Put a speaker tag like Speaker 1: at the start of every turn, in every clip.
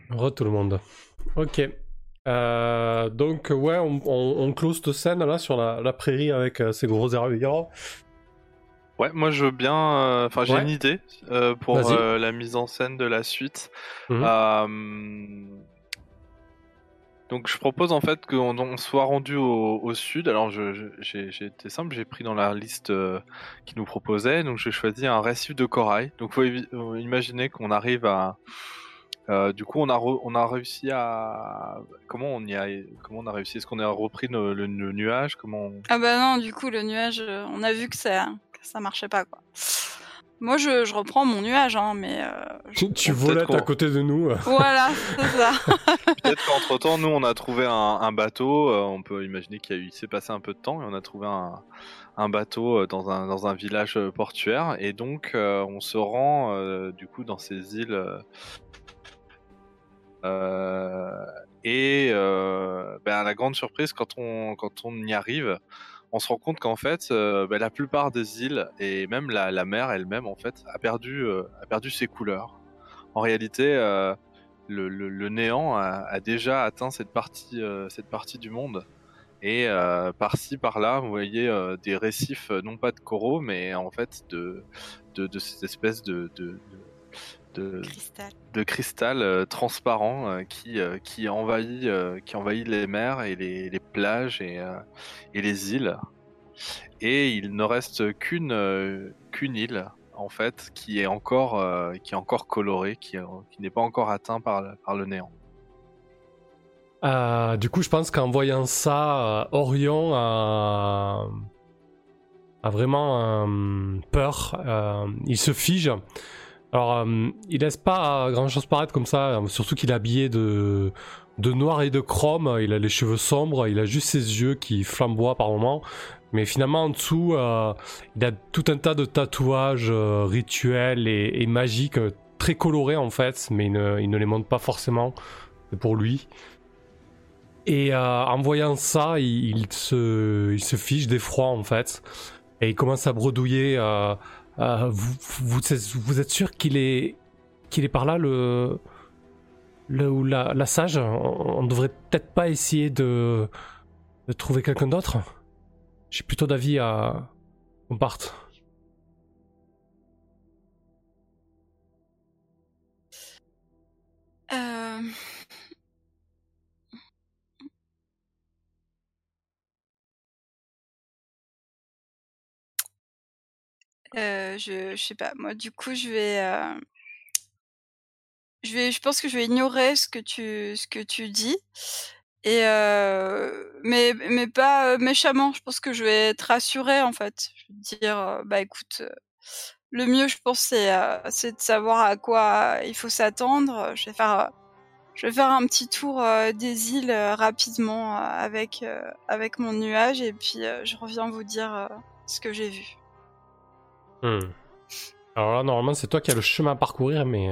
Speaker 1: Re tout le monde. Ok. Donc ouais, on close cette scène là sur la prairie avec ces gros herbivores.
Speaker 2: Ouais, moi je veux bien. Enfin, j'ai
Speaker 1: Ouais,
Speaker 2: une idée pour
Speaker 1: vas-y.
Speaker 2: la mise en scène de la suite.
Speaker 1: Mhm.
Speaker 2: Euh, donc, je propose en fait qu'on soit rendu au sud. Alors, j'ai été simple, j'ai pris dans la liste qui nous proposait. Donc, j'ai choisi un récif de corail. Donc, faut imaginer qu'on arrive à. Du coup, on a réussi à. Comment on a réussi? Est-ce qu'on a repris le nuage?
Speaker 3: Ah bah non, du coup, le nuage, on a vu que ça marchait pas, quoi. Moi, je reprends mon nuage, hein, mais...
Speaker 1: Tu
Speaker 2: Bon, peut-être
Speaker 1: volettes à
Speaker 2: qu'on.
Speaker 1: côté de nous.
Speaker 3: Voilà, c'est ça.
Speaker 2: Peut-être qu'entre-temps, nous, on a trouvé un bateau. On peut imaginer il s'est passé un peu de temps et on a trouvé un bateau dans un village portuaire. Et donc, on se rend du coup dans ces îles. À la grande surprise, quand on y arrive, on se rend compte qu'en fait, la plupart des îles et même la mer elle-même, en fait, a perdu ses couleurs. En réalité, le néant a déjà atteint cette partie du monde. Et par-ci, par-là, vous voyez des récifs, non pas de coraux, mais en fait de cette espèce de,
Speaker 3: Cristal.
Speaker 2: de cristal transparent qui envahit les mers et les plages et les îles. Et il ne reste qu'une île en fait qui est encore colorée, qui n'est pas encore atteint par le néant.
Speaker 1: Du coup, je pense qu'en voyant ça, Orion a vraiment peur. Il se fige. Alors, il laisse pas grand chose paraître comme ça, surtout qu'il est habillé de noir et de chrome. Il a les cheveux sombres, il a juste ses yeux qui flamboient par moments. Mais finalement, en dessous, il a tout un tas de tatouages rituels et magiques, très colorés en fait, mais il ne les montre pas forcément. C'est pour lui. Et en voyant ça, il se fiche d'effroi en fait. Et il commence à bredouiller. Vous êtes sûr qu'il est par là, la sage? On devrait peut-être pas essayer de trouver quelqu'un d'autre? J'ai plutôt d'avis à qu'on parte.
Speaker 3: Euh... je sais pas, moi, du coup, je pense que je vais ignorer ce que tu dis et mais pas, méchamment. Je pense que je vais te rassurer, en fait. Je vais te dire, «Bah, écoute, le mieux, je pense, c'est de savoir à quoi il faut s'attendre. Je vais faire un petit tour, des îles, rapidement, avec mon nuage et puis, je reviens vous dire, ce que j'ai vu».
Speaker 1: Hmm. Alors là, normalement, c'est toi qui as le chemin à parcourir, mais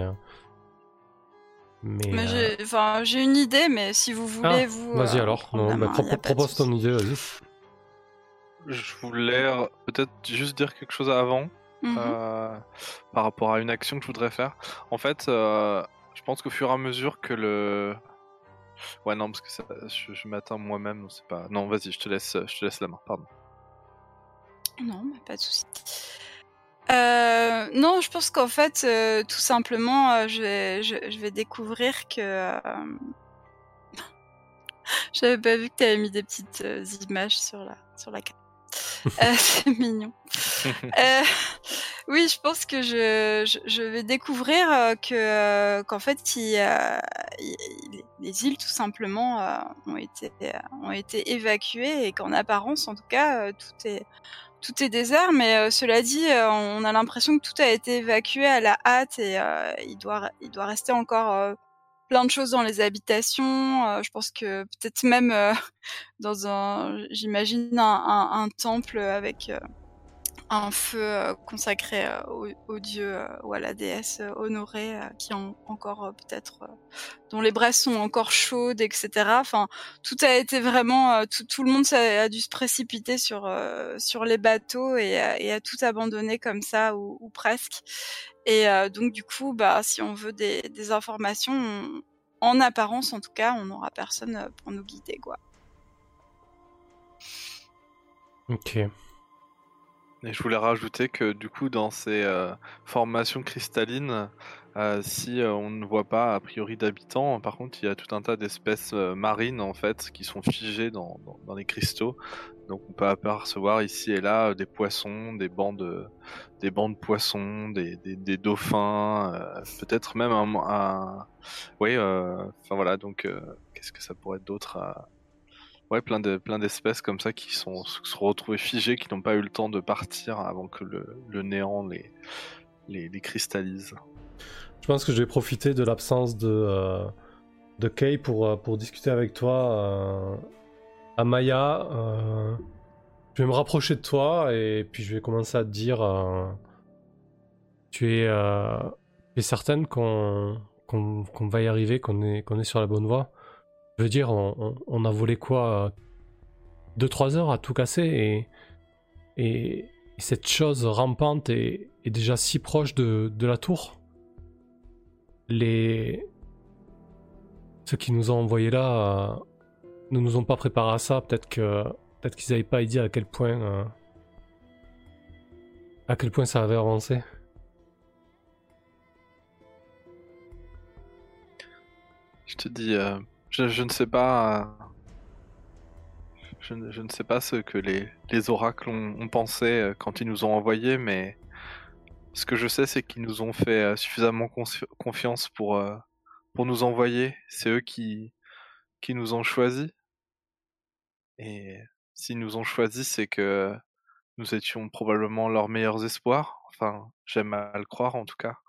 Speaker 3: Mais j'ai une idée, mais si vous
Speaker 1: ah,
Speaker 3: voulez, vous,
Speaker 1: vas-y alors.
Speaker 3: prendre
Speaker 1: Non,
Speaker 3: la
Speaker 1: bah,
Speaker 3: main, il y a pas de
Speaker 1: propose ton
Speaker 3: souci.
Speaker 1: idée, vas-y.
Speaker 2: Je voulais peut-être juste dire quelque chose avant
Speaker 3: Mmh.
Speaker 2: euh, par rapport à une action que je voudrais faire. En fait, je pense qu'au fur et à mesure que le ouais non parce que je m'attends moi-même, c'est pas. Non, vas-y, je te laisse la main. Pardon.
Speaker 3: Non, mais pas de souci. Non, je pense qu'en fait, tout simplement, je vais découvrir que, j'avais pas vu que tu avais mis des petites, images sur la carte. C'est mignon. Heu, oui, je pense que je vais découvrir, qu'en fait, les îles, tout simplement, ont été évacuées et qu'en apparence, en tout cas, tout est désert. Mais cela dit, on a l'impression que tout a été évacué à la hâte et il doit rester encore, plein de choses dans les habitations. Je pense que peut-être même, j'imagine un temple avec, un feu, consacré, au dieu, ou à la déesse, honorée, qui ont encore, peut-être, dont les braises sont encore chaudes et cetera. Enfin, tout a été vraiment, tout le monde a dû se précipiter sur les bateaux et a tout abandonné comme ça ou presque. Et donc du coup, bah, si on veut des informations, en apparence en tout cas, on n'aura personne pour nous guider, quoi.
Speaker 1: Ok.
Speaker 2: Et je voulais rajouter que du coup dans ces formations cristallines, si on ne voit pas a priori d'habitants, par contre il y a tout un tas d'espèces marines en fait qui sont figées dans les cristaux. Donc on peut apercevoir ici et là des poissons, des bancs de poissons, des dauphins, peut-être même oui, enfin voilà, donc qu'est-ce que ça pourrait être d'autre Ouais, plein d'espèces comme ça qui se sont retrouvées figées, qui n'ont pas eu le temps de partir avant que le néant les cristallise.
Speaker 1: Je pense que je vais profiter de l'absence de Kay pour discuter avec toi, Amaya. Je vais me rapprocher de toi et puis je vais commencer à te dire tu es certaine qu'on va y arriver, qu'on est sur la bonne voie. Je veux dire, on a volé quoi 2-3 heures à tout casser et cette chose rampante est déjà si proche de la tour. Ceux qui nous ont envoyés là ne nous ont pas préparé à ça. Peut-être qu'ils n'avaient pas idée à quel point ça avait avancé.
Speaker 2: Je te dis, je ne sais pas. Je ne sais pas ce que les oracles ont pensé quand ils nous ont envoyés, mais ce que je sais, c'est qu'ils nous ont fait suffisamment confiance pour nous envoyer. C'est eux qui nous ont choisis. Et s'ils nous ont choisis, c'est que nous étions probablement leurs meilleurs espoirs. Enfin, j'aime à le croire en tout cas.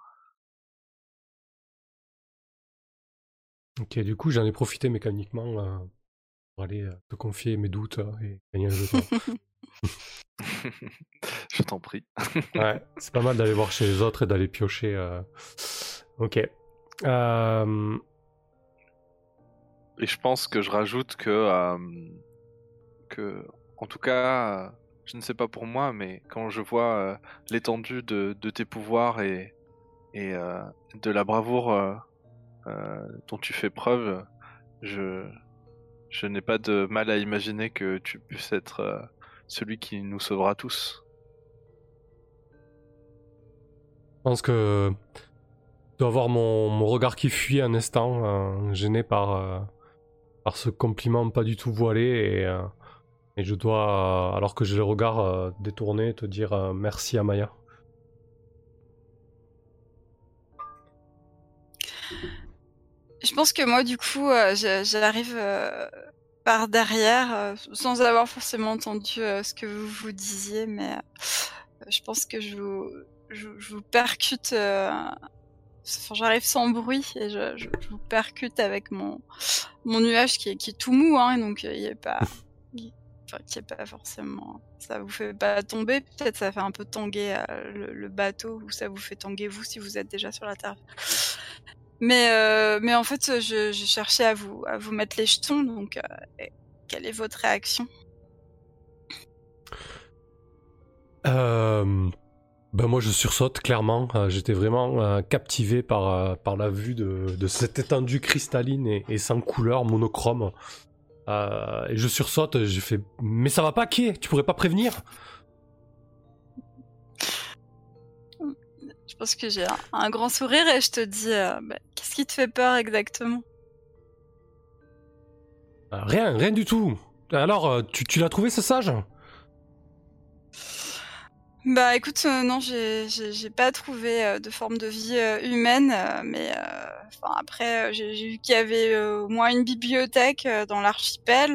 Speaker 1: Ok, du coup j'en ai profité mécaniquement pour aller te confier mes doutes et gagner un jeu.
Speaker 2: Je t'en prie.
Speaker 1: Ouais, c'est pas mal d'aller voir chez les autres et d'aller piocher. Ok.
Speaker 2: Et je pense que je rajoute que en tout cas, je ne sais pas pour moi, mais quand je vois l'étendue de tes pouvoirs et de la bravoure dont tu fais preuve, je n'ai pas de mal à imaginer que tu puisses être celui qui nous sauvera tous.
Speaker 1: Je pense que je dois avoir mon regard qui fuit un instant, gêné par ce compliment pas du tout voilé et je dois, alors que j'ai le regard détourné, te dire merci à Maya.
Speaker 3: Je pense que moi, du coup, j'arrive par derrière, sans avoir forcément entendu ce que vous vous disiez, mais je pense que je vous percute. Enfin, j'arrive sans bruit et je vous percute avec mon nuage qui est tout mou, hein, donc il est pas, enfin, qui est pas forcément. Ça vous fait pas tomber, peut-être ça fait un peu tanguer le bateau, ou ça vous fait tanguer vous si vous êtes déjà sur la terre. Mais en fait, je cherchais à vous mettre les jetons, donc quelle est votre réaction?
Speaker 1: Ben moi je sursaute clairement, j'étais vraiment captivé par la vue de cette étendue cristalline et sans couleur, monochrome. Et je sursaute, j'ai fait « Mais ça va pas, Kay, tu pourrais pas prévenir ?»
Speaker 3: Je pense que j'ai un grand sourire et je te dis qu'est-ce qui te fait peur exactement?
Speaker 1: Rien du tout. Alors, tu l'as trouvé ce sage?
Speaker 3: Bah écoute, non, j'ai pas trouvé de forme de vie humaine, mais enfin après, j'ai vu qu'il y avait au moins une bibliothèque dans l'archipel.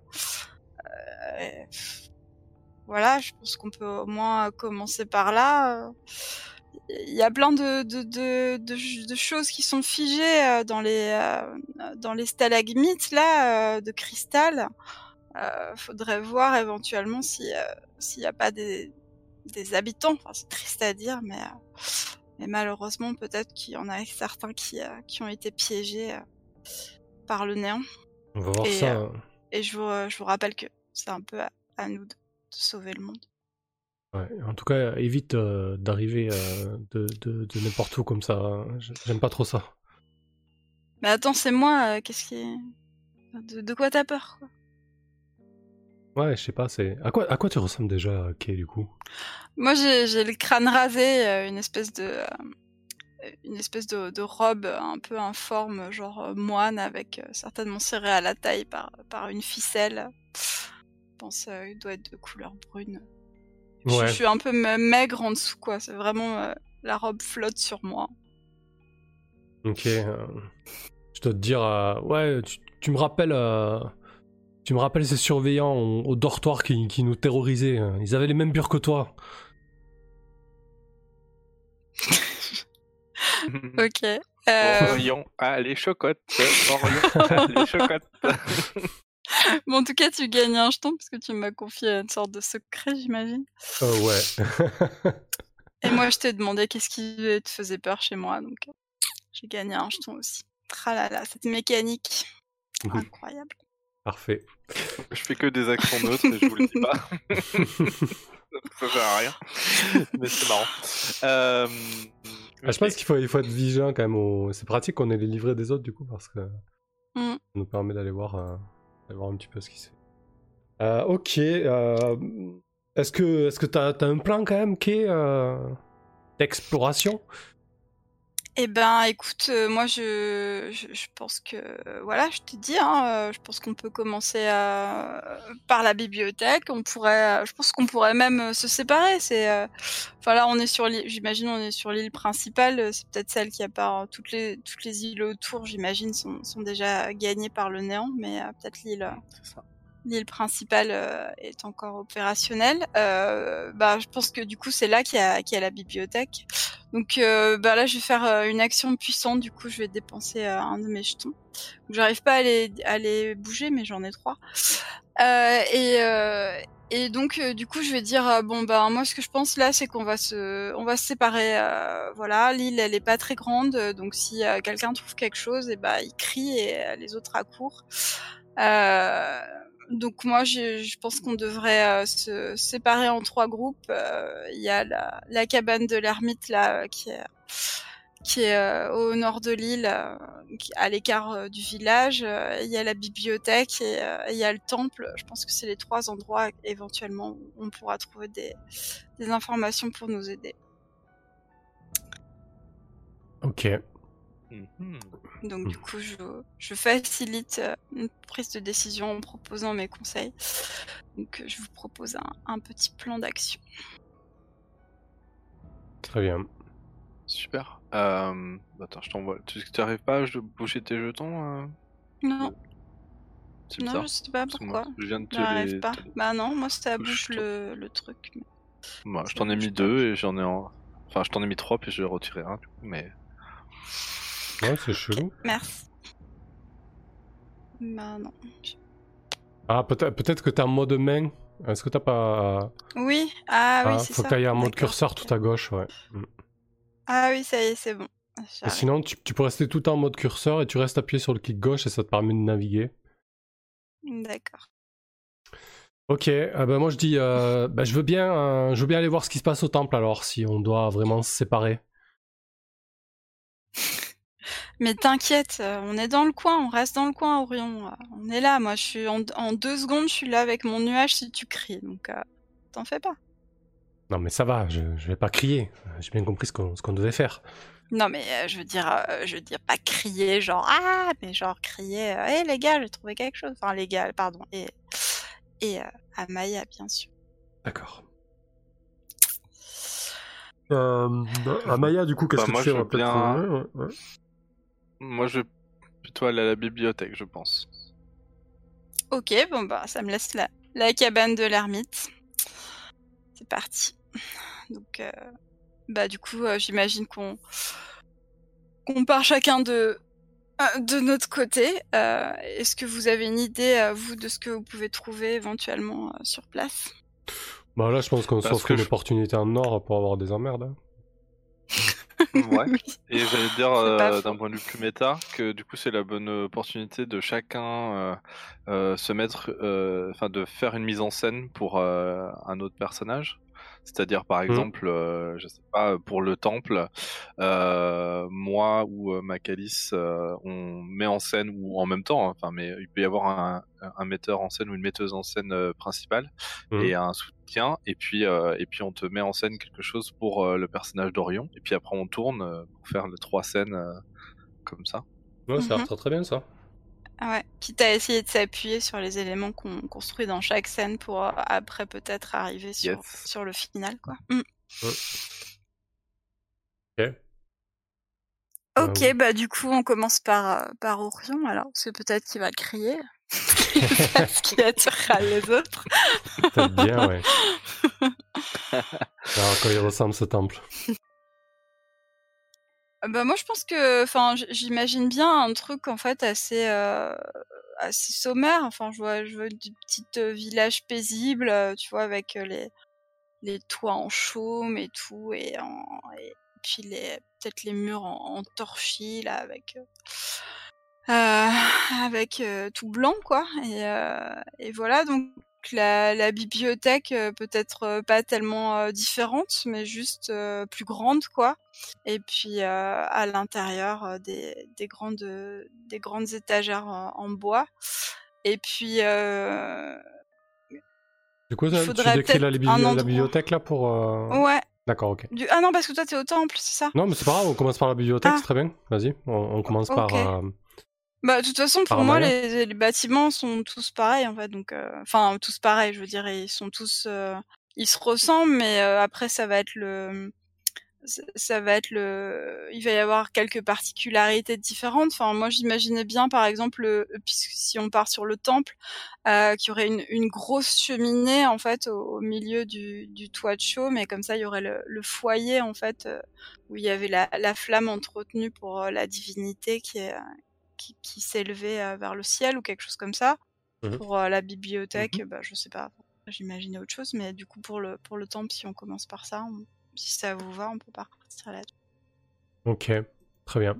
Speaker 3: Voilà, je pense qu'on peut au moins commencer par là. Il y a plein de choses qui sont figées dans les stalagmites là, de cristal. Faudrait voir éventuellement s'il y a pas des habitants. Enfin, c'est triste à dire, mais malheureusement, peut-être qu'il y en a certains qui ont été piégés par le néant.
Speaker 1: On va voir
Speaker 3: Et,
Speaker 1: ça.
Speaker 3: et je vous rappelle que c'est un peu à nous de sauver le monde.
Speaker 1: Ouais, en tout cas, évite d'arriver de n'importe où comme ça. J'aime pas trop ça.
Speaker 3: Mais attends, c'est moi, qu'est-ce qui est... De quoi t'as peur, quoi?
Speaker 1: Ouais, je sais pas, c'est... À quoi tu ressembles déjà, Kay, du coup?
Speaker 3: Moi, j'ai le crâne rasé, une espèce de robe un peu informe, genre moine, avec certainement serrée à la taille par une ficelle. Je pense il doit être de couleur brune. Je
Speaker 1: Ouais,
Speaker 3: suis un peu maigre en dessous, quoi. C'est vraiment la robe flotte sur moi.
Speaker 1: ok. Je dois te dire, ouais, tu me rappelles... Tu me rappelles ces surveillants au dortoir qui nous terrorisaient. Ils avaient les mêmes bures que toi.
Speaker 3: Ok.
Speaker 2: Orion, les chocottes. Orion, les chocottes.
Speaker 3: Bon, en tout cas, tu gagnes un jeton parce que tu m'as confié une sorte de secret, j'imagine.
Speaker 1: Ouais.
Speaker 3: Et moi, je t'ai demandé qu'est-ce qui te faisait peur chez moi, donc j'ai gagné un jeton aussi. Tralala, cette mécanique. Incroyable.
Speaker 1: Parfait.
Speaker 2: Je fais que des actions neutres et je vous le dis pas. Ça sert à rien. Mais c'est marrant.
Speaker 1: Je pense qu'il faut être vigilant quand même. C'est pratique qu'on ait les livrets des autres du coup parce que ça nous permet d'aller voir un petit peu ce qui se fait. Ok. Est-ce que t'as un plan quand même qui est d'exploration?
Speaker 3: Eh ben, écoute, moi, je pense que, voilà, je t'ai dit, hein, je pense qu'on peut commencer par la bibliothèque. Je pense qu'on pourrait même se séparer. Enfin là, on est sur l'île. J'imagine, on est sur l'île principale. C'est peut-être celle qui a pas toutes les îles autour. J'imagine sont déjà gagnées par le néant, mais peut-être
Speaker 2: C'est ça.
Speaker 3: l'île principale est encore opérationnelle. Je pense que du coup, c'est là qu'il y a la bibliothèque. Donc là, je vais faire une action puissante. Du coup, je vais dépenser un de mes jetons. J'arrive pas à les bouger, mais j'en ai 3. Et donc, du coup, je vais dire moi, ce que je pense là, c'est qu'on va se séparer. Voilà, l'île, elle est pas très grande, donc si quelqu'un trouve quelque chose, et il crie et les autres accourent. Donc moi, je pense qu'on devrait se séparer en 3 groupes. Il y a la cabane de l'ermite là, qui est au nord de l'île, à l'écart du village. Il y a la bibliothèque et il y a le temple. Je pense que c'est les 3 endroits éventuellement où on pourra trouver des informations pour nous aider.
Speaker 1: Ok.
Speaker 3: Donc du coup, je facilite une prise de décision en proposant mes conseils. Donc je vous propose un petit plan d'action.
Speaker 1: Très bien.
Speaker 2: Super. Attends, je t'envoie. Tu n'arrives pas à bouger tes jetons
Speaker 3: Non.
Speaker 2: C'est
Speaker 3: Non,
Speaker 2: bizarre.
Speaker 3: je sais pas pourquoi.
Speaker 2: Je viens de te
Speaker 3: J'arrive
Speaker 2: les.
Speaker 3: pas. Bah non, moi ça bouge
Speaker 2: Je
Speaker 3: le truc.
Speaker 2: Moi, je
Speaker 3: Ça
Speaker 2: t'en ai
Speaker 3: bouge
Speaker 2: mis
Speaker 3: pas.
Speaker 2: 2 et j'en ai en. Enfin, je t'en ai mis 3 puis je vais retirer un du coup, mais.
Speaker 1: Ouais, c'est chelou.
Speaker 3: Merci. Bah non.
Speaker 1: Ah, peut-être que t'es en mode main. Est-ce que t'as pas...
Speaker 3: Oui, oui, c'est
Speaker 1: faut
Speaker 3: ça.
Speaker 1: que t'ailles en mode
Speaker 3: D'accord.
Speaker 1: curseur tout à gauche, ouais.
Speaker 3: Ah oui, ça y est, c'est bon.
Speaker 1: Et sinon, tu peux rester tout le temps en mode curseur et tu restes appuyé sur le clic gauche et ça te permet de naviguer.
Speaker 3: D'accord.
Speaker 1: Ok, moi je dis, je veux bien aller voir ce qui se passe au temple alors, si on doit vraiment se séparer.
Speaker 3: Mais t'inquiète, on est dans le coin, on reste dans le coin, Orion. On est là, moi je suis en 2 secondes, je suis là avec mon nuage si tu cries, donc t'en fais pas.
Speaker 1: Non mais ça va, je vais pas crier. J'ai bien compris ce qu'on devait faire.
Speaker 3: Non mais je veux dire pas crier genre mais genre crier hé les gars, j'ai trouvé quelque chose. Enfin les gars, pardon. Et Amaya bien sûr.
Speaker 1: D'accord. Amaya, du coup, qu'est-ce que tu fais?
Speaker 2: Moi, je vais plutôt aller à la bibliothèque, je pense.
Speaker 3: Ok, ça me laisse la cabane de l'ermite. C'est parti. Donc, du coup, j'imagine qu'on part chacun de notre côté. Est-ce que vous avez une idée, vous, de ce que vous pouvez trouver éventuellement sur place?
Speaker 1: Bah là, je pense qu'on s'offre une opportunité en or pour avoir des emmerdes. Hein.
Speaker 2: Ouais. Oui. Et j'allais dire d'un
Speaker 3: point
Speaker 2: de vue plus méta que du coup c'est la bonne opportunité de chacun se mettre, de faire une mise en scène pour un autre personnage. C'est-à-dire, par exemple, je sais pas, pour le temple, moi ou Macalis, on met en scène, ou en même temps, hein, enfin, mais il peut y avoir un metteur en scène ou une metteuse en scène principale et un soutien, et puis on te met en scène quelque chose pour le personnage d'Orion, et puis après on tourne pour faire les 3 scènes comme ça.
Speaker 1: Ouais, ça a l'air très très bien ça.
Speaker 3: Ouais, quitte à essayer de s'appuyer sur les éléments qu'on construit dans chaque scène pour après peut-être arriver sur le final, quoi. Ok, bah du coup on commence par Orion, alors c'est peut-être qu'il va crier parce qu'il attirera les autres.
Speaker 1: Peut-être bien, ouais. Alors quand il ressemble ce temple.
Speaker 3: Bah moi je pense que, enfin j'imagine bien un truc en fait assez sommaire. Enfin je vois du petit village paisible, tu vois, avec les toits en chaume et tout, et puis peut-être les murs en torchis là, avec tout blanc, quoi, et voilà. Donc la bibliothèque peut-être pas tellement différente, mais juste plus grande, quoi, et puis à l'intérieur des grandes étagères en bois, et puis
Speaker 1: du coup,
Speaker 3: il
Speaker 1: tu
Speaker 3: faudrait
Speaker 1: décris
Speaker 3: peut-être
Speaker 1: la
Speaker 3: un endroit.
Speaker 1: bibliothèque là pour...
Speaker 3: Ouais.
Speaker 1: D'accord, ok.
Speaker 3: Ah non, parce que toi t'es au temple, c'est ça?
Speaker 1: Non, mais c'est pas grave, on commence par la bibliothèque, c'est très bien. Vas-y, on commence par...
Speaker 3: Bah, de toute façon, pour moi, les bâtiments sont tous pareils, en fait. Donc, enfin, tous pareils, je veux dire, ils sont tous... ils se ressemblent, mais après, ça va être le... Il va y avoir quelques particularités différentes. Enfin, moi, j'imaginais bien, par exemple, puisque si on part sur le temple, qu'il y aurait une grosse cheminée, en fait, au milieu du toit de chaume, et comme ça, il y aurait le foyer, en fait, où il y avait la flamme entretenue pour la divinité qui s'élevait vers le ciel, ou quelque chose comme ça. Pour la bibliothèque, bah, je sais pas, j'imaginais autre chose, mais du coup, pour le temple, si on commence par ça, si ça vous va, on peut partir là-dessus.
Speaker 1: Ok, très bien.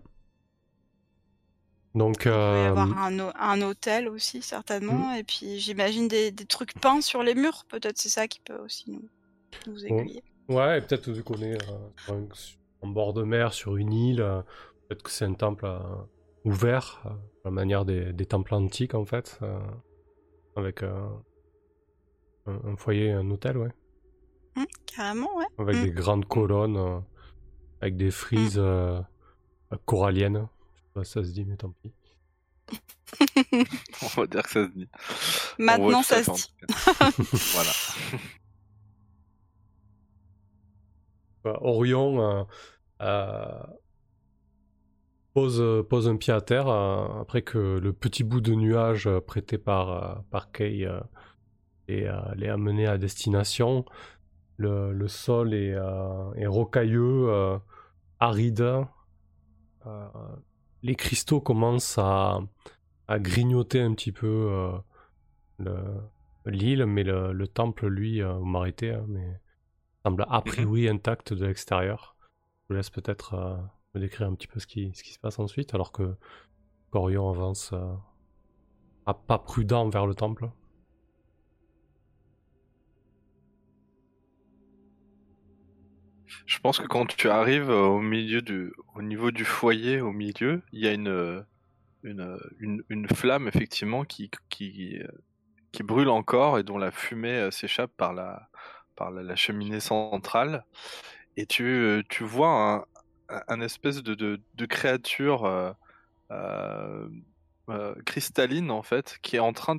Speaker 1: Donc,
Speaker 3: il peut y avoir un hôtel aussi, certainement, et puis j'imagine des trucs peints sur les murs, peut-être c'est ça qui peut aussi nous aiguiller.
Speaker 1: Ouais, et peut-être vu qu'on est en bord de mer, sur une île, peut-être que c'est un temple ouvert, à la manière des temples antiques, en fait, avec un foyer, un hôtel, ouais.
Speaker 3: Carrément, ouais.
Speaker 1: Avec des grandes colonnes, avec des frises coralliennes. Je sais pas si ça se dit, mais tant pis.
Speaker 2: On va dire que ça se dit.
Speaker 3: Maintenant, ça se dit.
Speaker 2: Voilà.
Speaker 1: Orion pose un pied à terre après que le petit bout de nuage prêté par Kay l'ait amené à destination. Le sol est rocailleux, aride. Les cristaux commencent à grignoter un petit peu l'île, mais le temple, lui, vous m'arrêtez, mais semble a priori intact de l'extérieur. Je vous laisse peut-être me décrire un petit peu ce qui se passe ensuite, alors que Orion avance à pas prudent vers le temple.
Speaker 2: Je pense que quand tu arrives au niveau du foyer, au milieu, il y a une flamme effectivement qui brûle encore et dont la fumée s'échappe par la cheminée centrale. Et tu vois un espèce de créature cristalline, en fait, qui est en train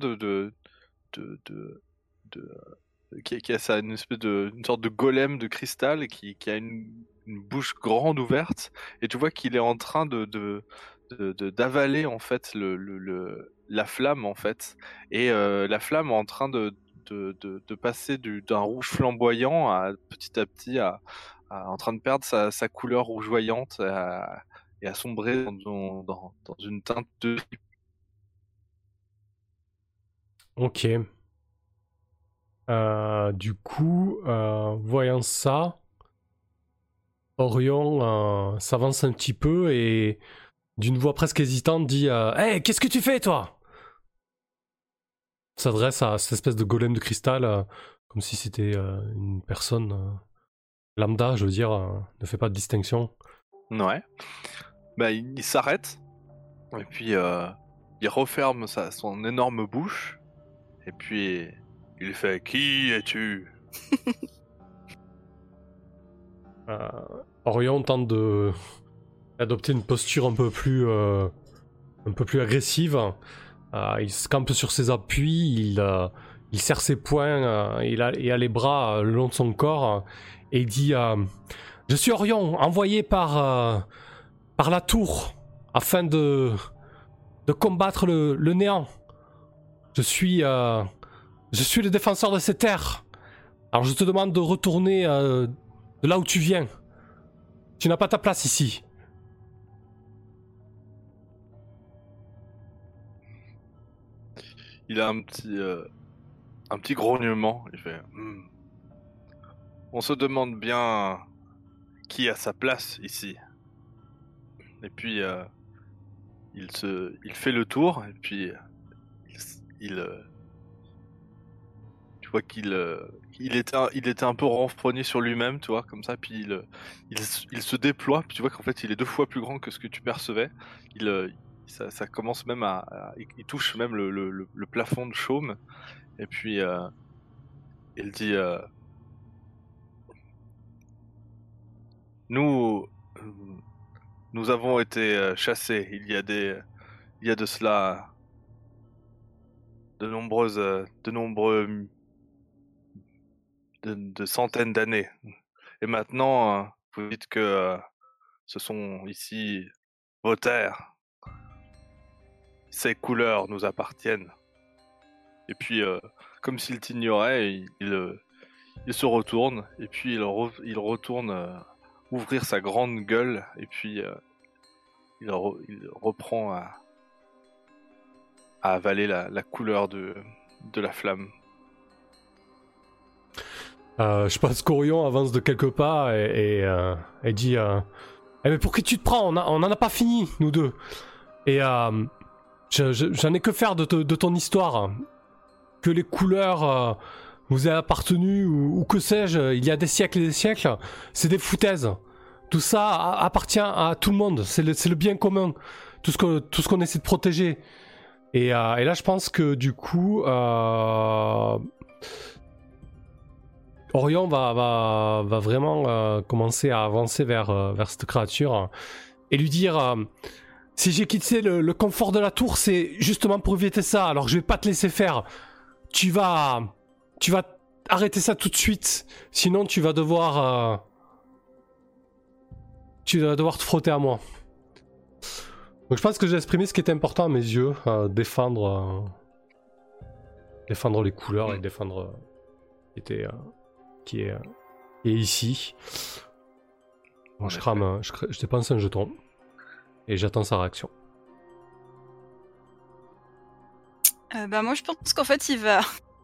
Speaker 2: qui a une espèce une sorte de golem de cristal qui a une bouche grande ouverte, et tu vois qu'il est en train d'avaler en fait la flamme, en fait, et la flamme est en train de passer d'un rouge flamboyant à petit en train de perdre sa couleur rougeoyante et à sombrer dans une teinte de...
Speaker 1: Ok. Du coup, voyant ça, Orion s'avance un petit peu et d'une voix presque hésitante dit Hey, qu'est-ce que tu fais, toi? S'adresse à cette espèce de golem de cristal comme si c'était une personne lambda, je veux dire, ne fait pas de distinction.
Speaker 2: Ouais. Bah, il s'arrête, et puis il referme son énorme bouche, et puis il fait « Qui es-tu »
Speaker 1: Orion tente d'adopter une posture un peu plus agressive. Il se campe sur ses appuis, il serre ses poings, il a les bras le long de son corps, et il dit je suis Orion, envoyé par la tour, afin de combattre le néant. Je suis le défenseur de ces terres. Alors je te demande de retourner de là où tu viens. Tu n'as pas ta place ici.
Speaker 2: Il a un petit grognement. Il fait On se demande bien qui a sa place ici. Et puis il fait le tour, et puis tu vois qu'il était un peu renfrogné sur lui-même, tu vois, comme ça. Puis il se déploie. Puis tu vois qu'en fait il est 2 fois plus grand que ce que tu percevais. Ça commence même il touche même le plafond de chaume. Et puis il dit nous avons été chassés il y a de cela de centaines d'années. Et maintenant, vous dites que ce sont ici vos terres. Ces couleurs nous appartiennent. Et puis, comme s'il t'ignorait, il se retourne, et puis il retourne ouvrir sa grande gueule, et puis il reprend à avaler la couleur de la flamme.
Speaker 1: Je pense qu'Orion avance de quelques pas et dit mais pour qui tu te prends, on n'en a pas fini, nous deux. Et j'en ai que faire de ton histoire. Que les couleurs vous aient appartenu ou que sais-je, il y a des siècles et des siècles, c'est des foutaises. Tout ça appartient à tout le monde, c'est le bien commun, tout ce qu'on essaie de protéger. Et là, je pense que du coup, Orion va vraiment commencer à avancer vers cette créature et lui dire si j'ai quitté le confort de la tour, c'est justement pour éviter ça. Alors je vais pas te laisser faire. Tu vas arrêter ça tout de suite. Sinon, tu vas devoir te frotter à moi. Donc je pense que j'ai exprimé ce qui était important à mes yeux, défendre les couleurs et défendre qui est ici. Donc je dépense un jeton et j'attends sa réaction.
Speaker 3: Moi je pense qu'en fait il va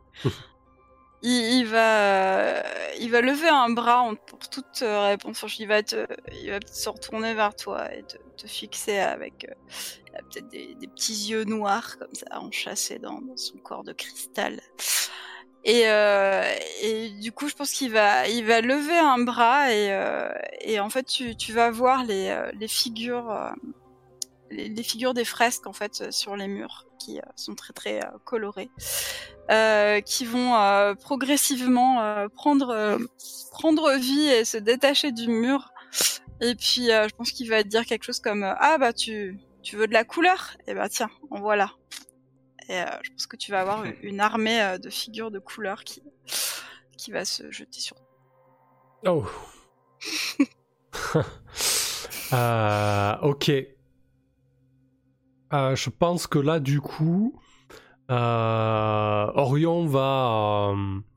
Speaker 3: il va lever un bras pour toute réponse. Il va peut-être se retourner vers toi et te fixer avec peut-être des petits yeux noirs comme ça enchâssés dans son corps de cristal. Et du coup je pense qu'il va lever un bras et en fait tu vas voir les figures les figures des fresques en fait sur les murs qui sont très très colorées, qui vont progressivement prendre vie et se détacher du mur. Et puis je pense qu'il va te dire quelque chose comme ah bah tu veux de la couleur, et bah tiens en voilà. Et je pense que tu vas avoir une armée de figures de couleurs qui va se jeter sur toi.
Speaker 1: Oh. Ok. Je pense que là, du coup, Orion va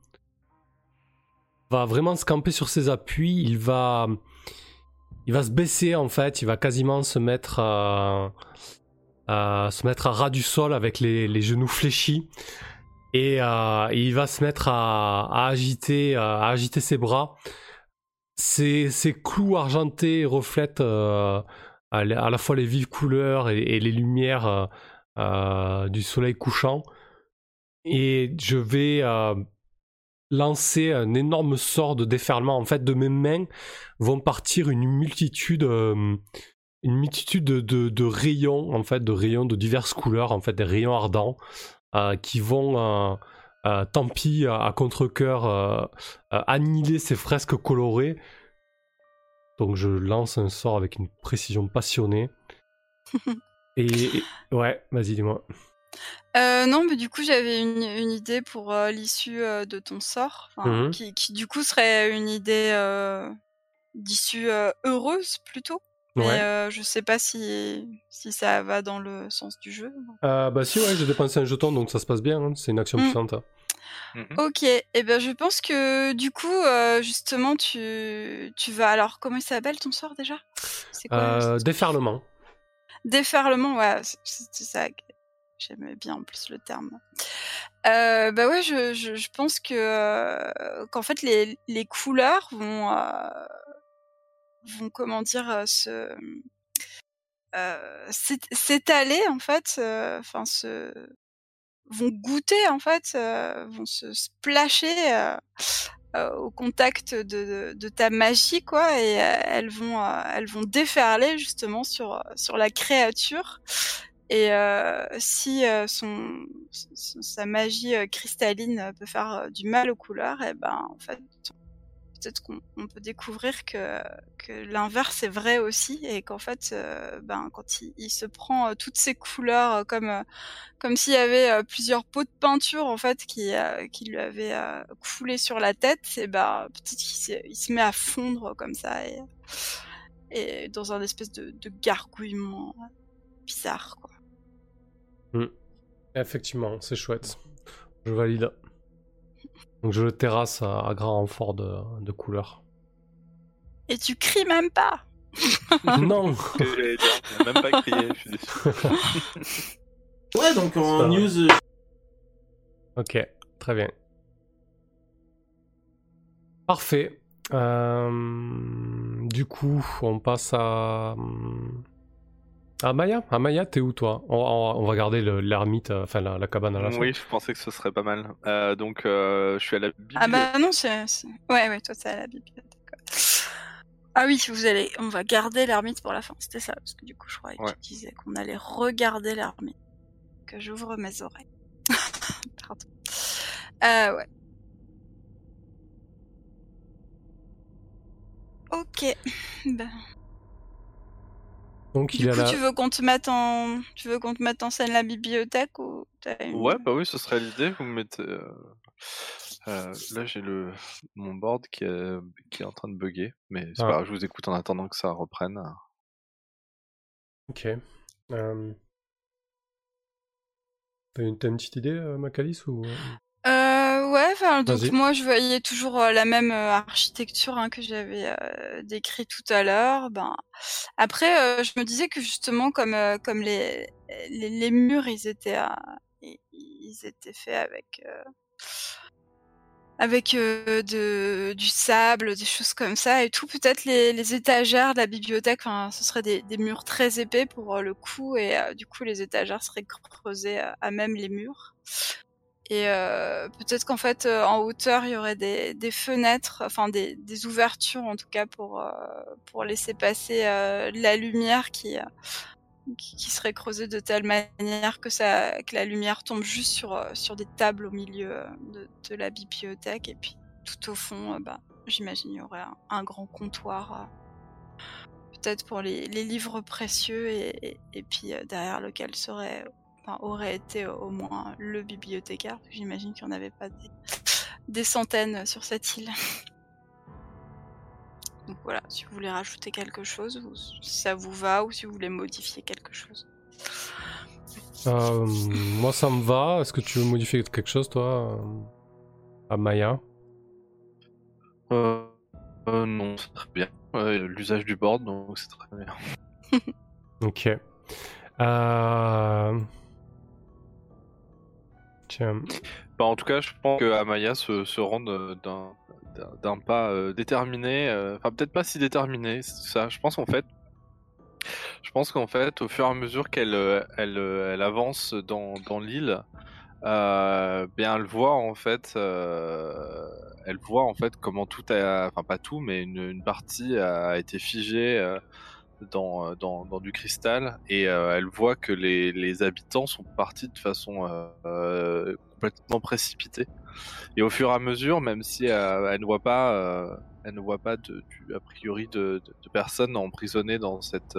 Speaker 1: vraiment se camper sur ses appuis. Il va se baisser en fait. Il va quasiment se mettre à ras du sol avec les genoux fléchis. Et il va se mettre à agiter ses bras. Ses clous argentés reflètent à la fois les vives couleurs et les lumières du soleil couchant. Et je vais lancer un énorme sort de déferlement. En fait, de mes mains vont partir une multitude de rayons, en fait, de rayons de diverses couleurs, en fait, des rayons ardents qui vont, tant pis, à contre-cœur, annihiler ces fresques colorées. Donc je lance un sort avec une précision passionnée. et ouais, vas-y, dis-moi.
Speaker 3: Non, mais du coup, j'avais une idée pour l'issue de ton sort, qui du coup serait une idée d'issue heureuse plutôt. Mais
Speaker 1: Ouais.
Speaker 3: je sais pas si ça va dans le sens du jeu.
Speaker 1: Bah si, ouais, j'ai dépensé un jeton, donc ça se passe bien, hein, c'est une action puissante.
Speaker 3: Ok, et ben je pense que du coup, justement, tu vas... Alors, comment il s'appelle ton sort déjà? C'est quoi
Speaker 1: Déferlement.
Speaker 3: Déferlement, ouais, c'est ça. J'aimais bien en plus le terme. Bah ouais, je pense que qu'en fait les couleurs vont comment dire, s'étaler en fait, enfin vont goûter en fait, vont se splasher au contact de ta magie quoi, et elles vont déferler justement sur la créature. Et si sa magie cristalline peut faire du mal aux couleurs, et ben en fait peut-être qu'on peut découvrir que l'inverse est vrai aussi, et qu'en fait ben quand il se prend toutes ces couleurs comme s'il y avait plusieurs pots de peinture en fait qui lui avaient coulé sur la tête, et ben peut-être il se met à fondre comme ça, et dans un espèce de gargouillement bizarre quoi.
Speaker 1: Effectivement, c'est chouette. Je valide. Donc je le terrasse à grand renfort de couleurs.
Speaker 3: Et tu cries même pas.
Speaker 1: Non.
Speaker 2: J'allais dire, on a même pas crié, je suis déçu.
Speaker 4: Ouais, donc en
Speaker 1: Ça,
Speaker 4: news...
Speaker 1: Ok, très bien. Parfait. Du coup, on passe à Maya. Maya, t'es où toi? On va garder l'ermite, enfin la cabane à la fin.
Speaker 2: Oui, je pensais que ce serait pas mal. Donc, je suis à la bibliothèque.
Speaker 3: Ah bah non, ouais, toi t'es à la bibliothèque. Ah oui, on va garder l'ermite pour la fin, c'était ça, parce que du coup je croyais que tu disais qu'on allait regarder l'ermite. Que j'ouvre mes oreilles. Pardon. Ouais. Ok. Ben...
Speaker 1: Donc
Speaker 3: du coup, tu veux qu'on te mette en scène la bibliothèque ou
Speaker 2: Ouais, bah oui, ce serait l'idée. Vous me mettez. Là, j'ai mon board qui est en train de bugger, mais c'est pas grave, je vous écoute en attendant que ça reprenne.
Speaker 1: Ok. T'as une petite idée, Macalis, ou...
Speaker 3: Ouais, enfin, donc
Speaker 1: Vas-y.
Speaker 3: moi je voyais toujours la même architecture que j'avais décrit tout à l'heure. Ben après, je me disais que justement comme les murs ils étaient faits avec du sable, des choses comme ça et tout. Peut-être les étagères de la bibliothèque, enfin, ce serait des murs très épais pour le coup, et du coup les étagères seraient creusées à même les murs. Et peut-être qu'en fait en hauteur il y aurait des fenêtres, enfin des ouvertures en tout cas pour laisser passer la lumière qui serait creusée de telle manière que la lumière tombe juste sur des tables au milieu de la bibliothèque, et puis tout au fond j'imagine il y aurait un grand comptoir peut-être pour les livres précieux, et puis derrière lequel aurait été au moins le bibliothécaire, parce que j'imagine qu'il n'y en avait pas des centaines sur cette île. Donc voilà, si vous voulez rajouter quelque chose, si ça vous va, ou si vous voulez modifier quelque chose.
Speaker 1: Moi ça me va. Est-ce que tu veux modifier quelque chose toi, à Maya?
Speaker 2: Non, c'est très bien. L'usage du board, donc c'est très bien.
Speaker 1: Ok. Tiens.
Speaker 2: Bah, en tout cas, je pense que Amaya se rend d'un pas déterminé, enfin peut-être pas si déterminé, c'est ça. Je pense qu'en fait, au fur et à mesure qu'elle avance dans l'île, bien elle voit en fait comment tout a, enfin pas tout, mais une partie a été figée dans du cristal et elle voit que les habitants sont partis de façon complètement précipitée. Et au fur et à mesure, même si elle ne voit pas a priori de personnes emprisonnées dans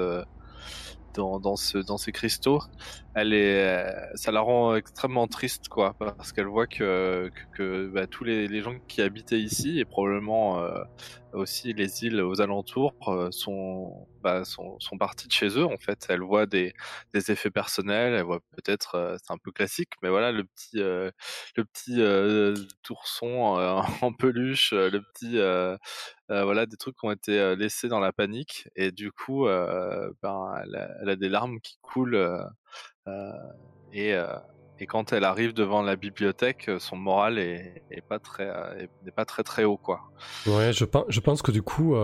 Speaker 2: dans ces cristaux, ça la rend extrêmement triste, quoi, parce qu'elle voit que tous les gens qui habitaient ici et probablement aussi les îles aux alentours sont partis de chez eux, en fait. Elle voit des effets personnels, elle voit peut-être, c'est un peu classique, mais voilà, le petit ourson en peluche, le petit voilà, des trucs qui ont été laissés dans la panique et du coup, elle a des larmes qui coulent euh, et, euh, et quand elle arrive devant la bibliothèque, son moral est pas très n'est pas très très haut, quoi.
Speaker 1: Ouais, je pense que du coup,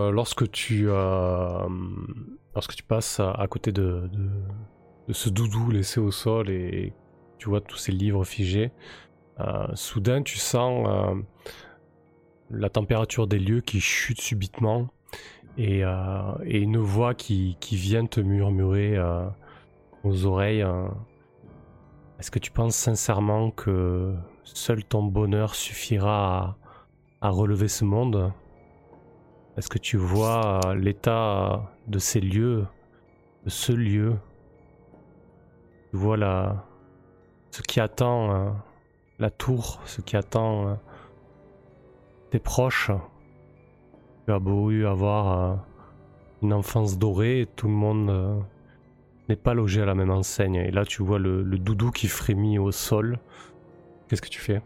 Speaker 1: lorsque tu passes à côté de ce doudou laissé au sol et tu vois tous ces livres figés, soudain tu sens la température des lieux qui chute subitement et une voix qui vient te murmurer aux oreilles. Est-ce que tu penses sincèrement que seul ton bonheur suffira à relever ce monde? Est-ce que tu vois l'état de ces lieux, de ce lieu? Tu vois ce qui attend la tour, ce qui attend tes proches. Tu as beau avoir une enfance dorée, tout le monde n'est pas logé à la même enseigne. Et là, tu vois le doudou qui frémit au sol. Qu'est-ce que tu fais?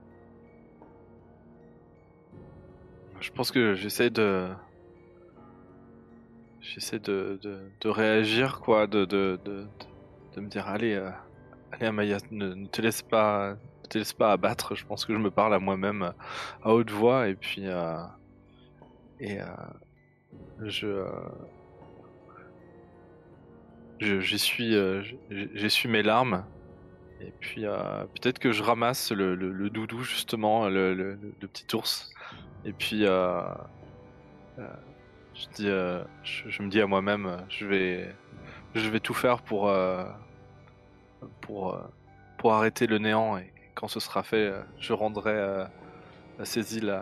Speaker 2: Je pense que de réagir, quoi, de me dire allez Amaya, ne te laisse pas abattre. Je pense que je me parle à moi-même à haute voix et puis et je j'essuie mes larmes et puis peut-être que je ramasse le doudou justement, le petit ours et puis je me dis à moi-même, je vais tout faire pour, euh, pour arrêter le néant et quand ce sera fait, je rendrai ces îles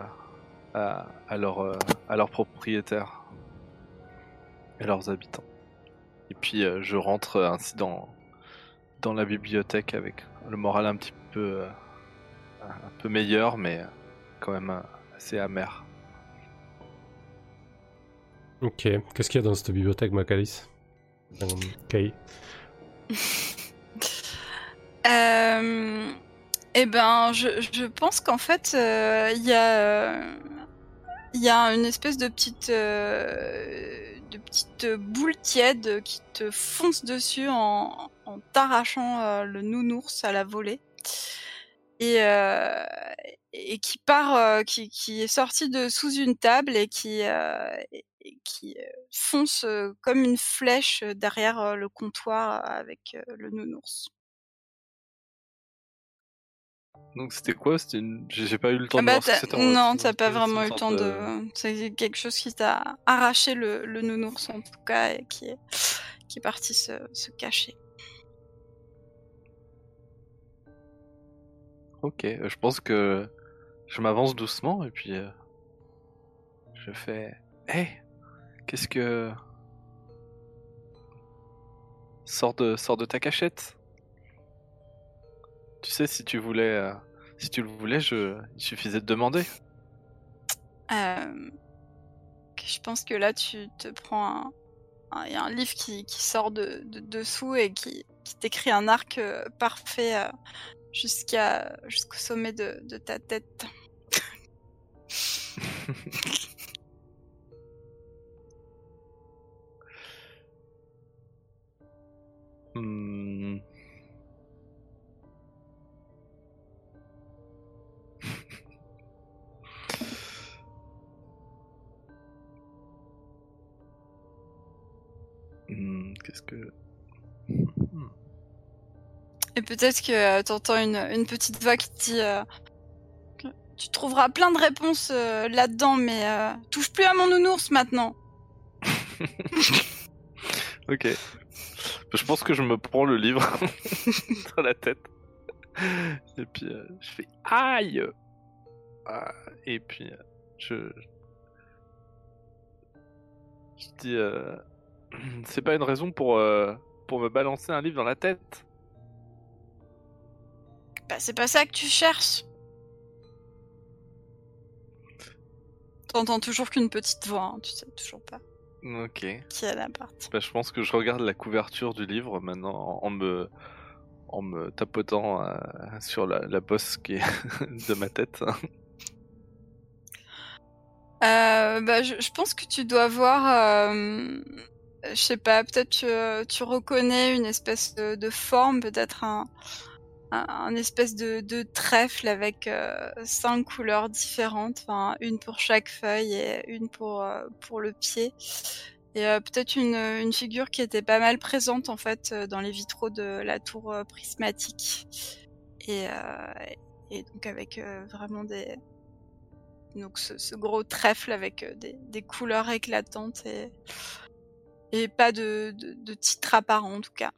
Speaker 2: à leurs propriétaires et leurs habitants. Et puis je rentre ainsi dans la bibliothèque avec le moral un peu meilleur, mais quand même assez amer.
Speaker 1: Ok, qu'est-ce qu'il y a dans cette bibliothèque, Macalis? Kay.
Speaker 3: Eh ben, je pense qu'en fait, il y a une espèce de petite boule tiède qui te fonce dessus en t'arrachant le nounours à la volée et, qui part, qui est sorti de sous une table et et qui fonce comme une flèche derrière le comptoir avec le nounours.
Speaker 2: Donc c'était quoi? J'ai pas eu le temps
Speaker 3: Ah
Speaker 2: de
Speaker 3: bah,
Speaker 2: voir ce que c'était en fait.
Speaker 3: non, t'as pas
Speaker 2: C'est
Speaker 3: vraiment
Speaker 2: une
Speaker 3: eu le
Speaker 2: sorte
Speaker 3: temps
Speaker 2: de...
Speaker 3: c'est quelque chose qui t'a arraché le nounours en tout cas et qui est parti se cacher.
Speaker 2: Ok, je pense que je m'avance doucement et puis je fais... Hé, qu'est-ce que... Sors de ta cachette. Tu sais, si tu le voulais, il suffisait de demander.
Speaker 3: Hem, je pense que là tu te prends il y a un livre qui sort de dessous et qui t'écrit un arc parfait jusqu'au sommet de ta tête.
Speaker 2: Hmm. Qu'est-ce que... Hmm.
Speaker 3: Et peut-être que t'entends une petite voix qui te dit que tu trouveras plein de réponses là-dedans, mais touche plus à mon nounours maintenant.
Speaker 2: Ok. Je pense que je me prends le livre dans la tête. Et puis je fais aïe. Et puis je dis c'est pas une raison pour me balancer un livre dans la tête.
Speaker 3: Bah, c'est pas ça que tu cherches. T'entends toujours qu'une petite voix, hein, tu sais toujours pas
Speaker 2: Ok.
Speaker 3: qui est à l'appart.
Speaker 2: Bah, je pense que je regarde la couverture du livre maintenant en me tapotant sur la bosse qui est de ma tête.
Speaker 3: Bah, je pense que tu dois voir, je sais pas, peut-être tu reconnais une espèce de forme, peut-être un espèce de trèfle avec 5 couleurs différentes, enfin une pour chaque feuille et une pour le pied. Et peut-être une figure qui était pas mal présente en fait dans les vitraux de la tour prismatique. Et, et donc avec vraiment donc ce gros trèfle avec des couleurs éclatantes et pas de titre apparent en tout cas.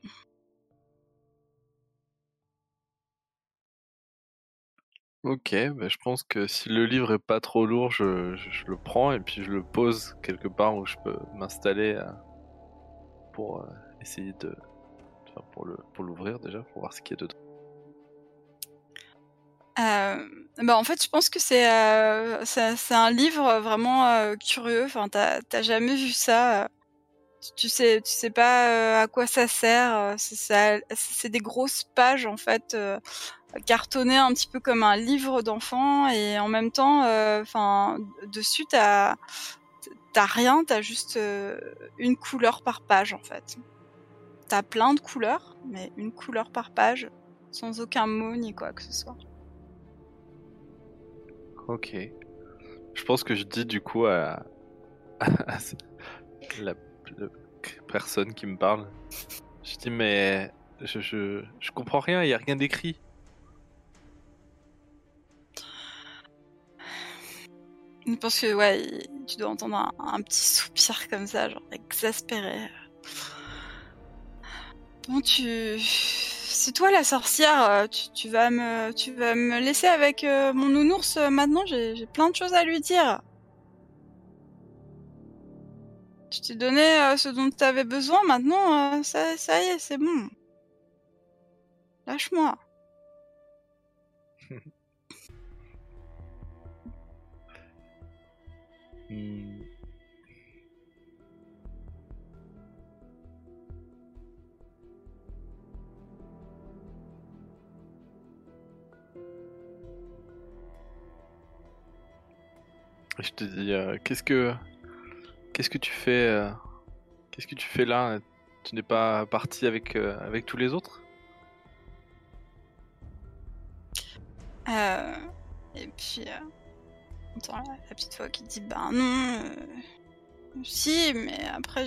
Speaker 2: Ok, bah, je pense que si le livre est pas trop lourd, je le prends et puis je le pose quelque part où je peux m'installer pour essayer de, enfin, pour l'ouvrir déjà, pour voir ce qu'il y a dedans.
Speaker 3: Bah en fait, je pense que c'est un livre vraiment curieux. Enfin, t'as jamais vu ça. Tu sais pas à quoi ça sert. C'est des grosses pages en fait, cartonnées un petit peu comme un livre d'enfant, et en même temps, enfin, dessus t'as rien. T'as juste une couleur par page en fait. T'as plein de couleurs, mais une couleur par page, sans aucun mot ni quoi que ce soit.
Speaker 2: Ok. Je pense que je dis du coup à la personne qui me parle, je dis mais je comprends rien, il y a rien d'écrit.
Speaker 3: Je pense que ouais, tu dois entendre un petit soupir comme ça, genre exaspéré. Bon, c'est toi la sorcière. Tu vas me laisser avec mon nounours maintenant. J'ai plein de choses à lui dire. Je t'ai donné ce dont tu avais besoin. Maintenant, ça y est, c'est bon. Lâche-moi.
Speaker 2: Hmm. Je te dis qu'est-ce que tu fais qu'est-ce que tu fais là? Tu n'es pas parti avec tous les autres?
Speaker 3: Euh, et puis, on entend la petite voix qui dit ben non. Si, mais après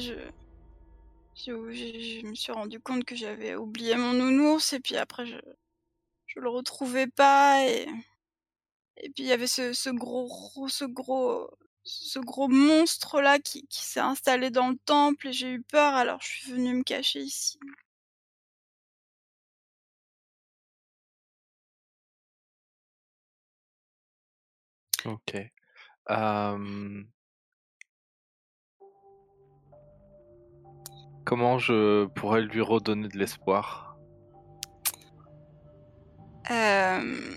Speaker 3: je me suis rendu compte que j'avais oublié mon nounours, et puis après je le retrouvais pas, et puis il y avait ce gros monstre là qui s'est installé dans le temple, et j'ai eu peur, alors je suis venue me cacher ici.
Speaker 2: Ok. Euh, Comment je pourrais lui redonner de l'espoir?
Speaker 3: Euh...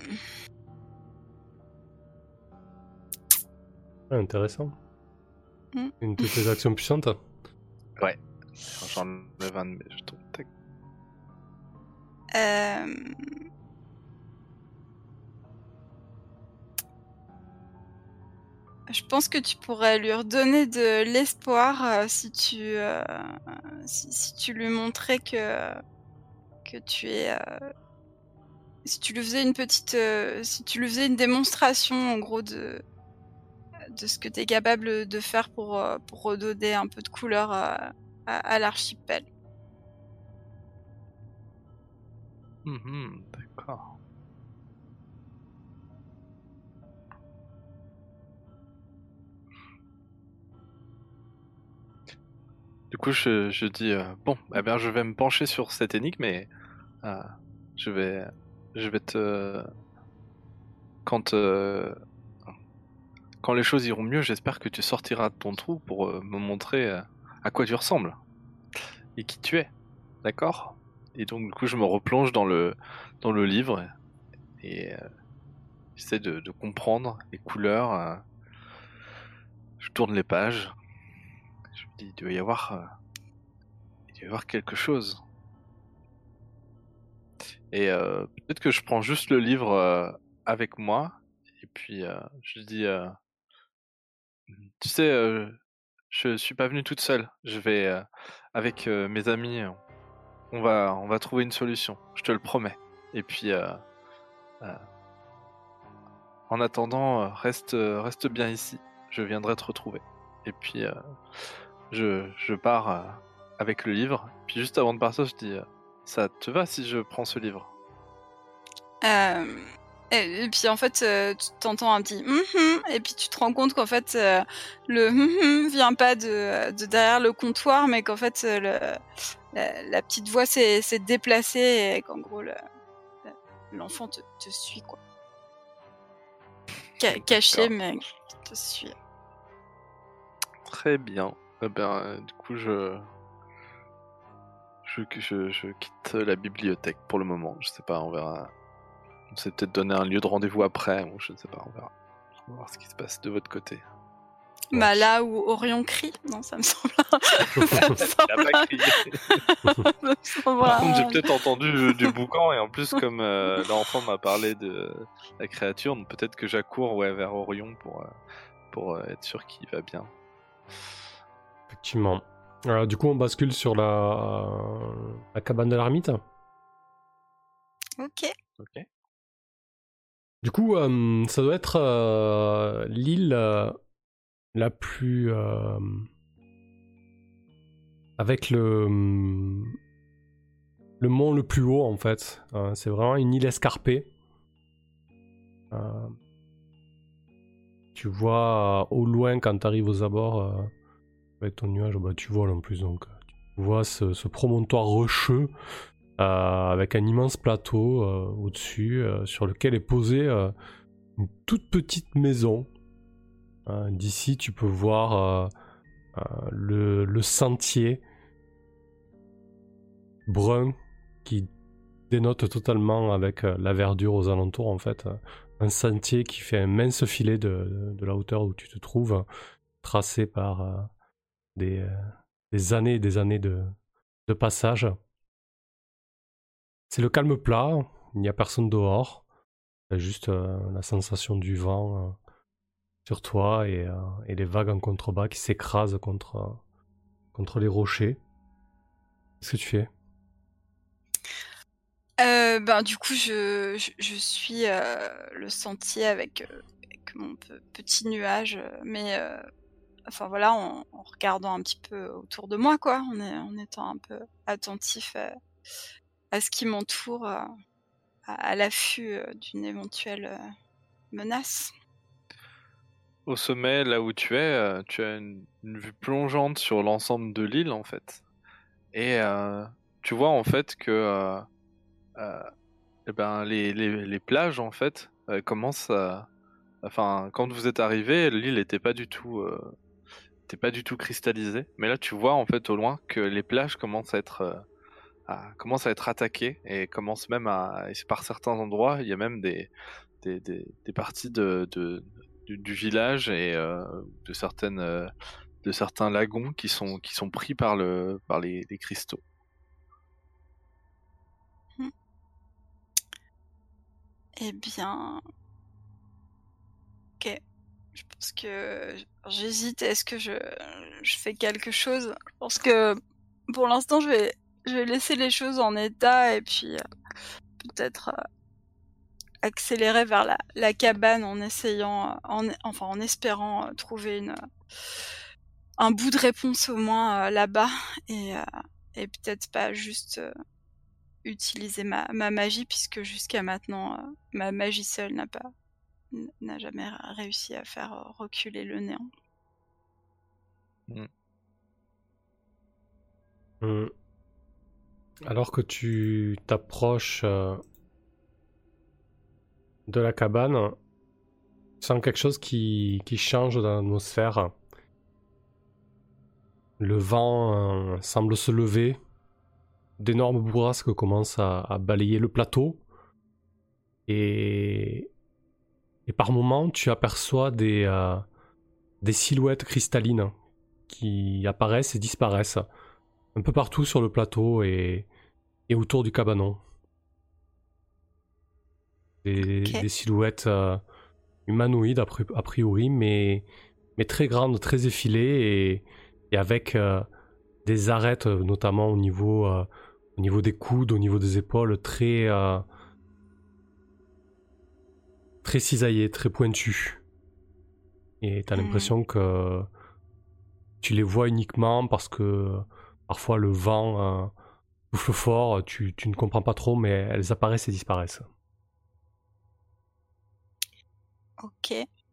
Speaker 1: Ouais, intéressant.
Speaker 3: hmm,
Speaker 1: Une de tes actions puissantes.
Speaker 2: Ouais. J'enlève un de mes jetons. Tac.
Speaker 3: euh, Je pense que tu pourrais lui redonner de l'espoir si tu lui montrais que tu es si tu lui faisais si tu lui faisais une démonstration en gros de ce que tu es capable de faire pour redonner un peu de couleur à l'archipel.
Speaker 2: D'accord. Du coup, je dis bon, eh bien, je vais me pencher sur cette énigme et euh, je vais, je vais te quand quand les choses iront mieux, j'espère que tu sortiras de ton trou pour me montrer à quoi tu ressembles et qui tu es, d'accord? Et donc du coup, je me replonge dans le livre et j'essaie de comprendre les couleurs. Je tourne les pages. Je me dis, il doit y avoir quelque chose. Et peut-être que je prends juste le livre avec moi. Et puis je dis, tu sais, je suis pas venu toute seule. Je vais avec mes amis. On va trouver une solution. Je te le promets. Et puis euh, en attendant, reste bien ici. Je viendrai te retrouver. Et puis je pars avec le livre. Puis juste avant de partir, je dis, ça te va si je prends ce livre?
Speaker 3: Hem et puis en fait, tu t'entends un petit et puis tu te rends compte qu'en fait, le vient pas de derrière le comptoir, mais qu'en fait, la petite voix s'est déplacée et qu'en gros l'enfant te suit quoi. Caché,
Speaker 2: D'accord.
Speaker 3: mais te suit.
Speaker 2: Très bien. Eh ben, du coup, je quitte la bibliothèque pour le moment. Je sais pas, on verra. On s'est peut-être donné un lieu de rendez-vous après, ou je ne sais pas, on verra. On va voir ce qui se passe de votre côté.
Speaker 1: Ouais.
Speaker 3: Bah, là où Orion crie, non, ça me semble ça me
Speaker 2: Il a
Speaker 3: semble
Speaker 2: pas crié.
Speaker 3: ça me semble
Speaker 2: Par contre, j'ai
Speaker 3: un
Speaker 2: peut-être entendu du boucan, et en plus, comme l'enfant m'a parlé de la créature, donc peut-être que j'accours ouais, vers Orion pour être sûr qu'il va bien.
Speaker 1: Effectivement. Alors, du coup, on bascule sur la cabane de l'ermite.
Speaker 3: OK.
Speaker 2: Ok.
Speaker 1: Du coup, ça doit être l'île la plus... avec le mont le plus haut, en fait. C'est vraiment une île escarpée. Tu vois au loin, quand tu arrives aux abords, avec ton nuage, bah, tu voles en plus. Donc, tu vois ce promontoire rocheux avec un immense plateau au-dessus, sur lequel est posée une toute petite maison. D'ici, tu peux voir le sentier brun qui dénote totalement avec la verdure aux alentours, en fait. Un sentier qui fait un mince filet de la hauteur où tu te trouves, tracé par des années et des années de passage. C'est le calme plat, il n'y a personne dehors. T'as juste la sensation du vent sur toi et les vagues en contrebas qui s'écrasent contre les rochers. Qu'est-ce que tu fais?
Speaker 3: Ben, du coup, je suis, le sentier avec mon petit nuage, mais enfin voilà, en regardant un petit peu autour de moi quoi, en étant un peu attentif à ce qui m'entoure, à l'affût, d'une éventuelle, menace.
Speaker 2: Au sommet, là où tu as une vue plongeante sur l'ensemble de l'île, en fait. Et tu vois, en fait, que euh, eh ben, les plages, en fait, commencent à... Enfin, quand vous êtes arrivé, l'île était pas du tout cristallisée. Mais là, tu vois, en fait, au loin, que les plages commencent à être attaquées et commencent même à... Et par certains endroits, il y a même des parties du village et de certains lagons qui sont pris par les cristaux.
Speaker 3: Mmh. Eh bien, OK. Je pense que j'hésite. Est-ce que je fais quelque chose? Je pense que pour l'instant, je vais laisser les choses en état et puis, peut-être, accélérer vers la cabane en essayant, enfin en espérant, trouver un bout de réponse au moins, là-bas et heu et peut-être pas juste, utiliser ma magie, puisque jusqu'à maintenant, ma magie seule n'a jamais réussi à faire reculer le néant.
Speaker 1: Alors que tu t'approches de la cabane, tu sens quelque chose qui change dans l'atmosphère. Le vent semble se lever. D'énormes bourrasques commencent à balayer le plateau. Et par moments, tu aperçois des silhouettes cristallines qui apparaissent et disparaissent un peu partout sur le plateau et autour du cabanon. Des silhouettes humanoïdes a priori, mais très grandes, très effilées et avec des arêtes, notamment au niveau des coudes, au niveau des épaules, très cisaillées, très pointues. Et t'as l'impression que tu les vois uniquement parce que parfois le vent souffle fort, tu ne comprends pas trop, mais elles apparaissent et disparaissent.
Speaker 3: Ok.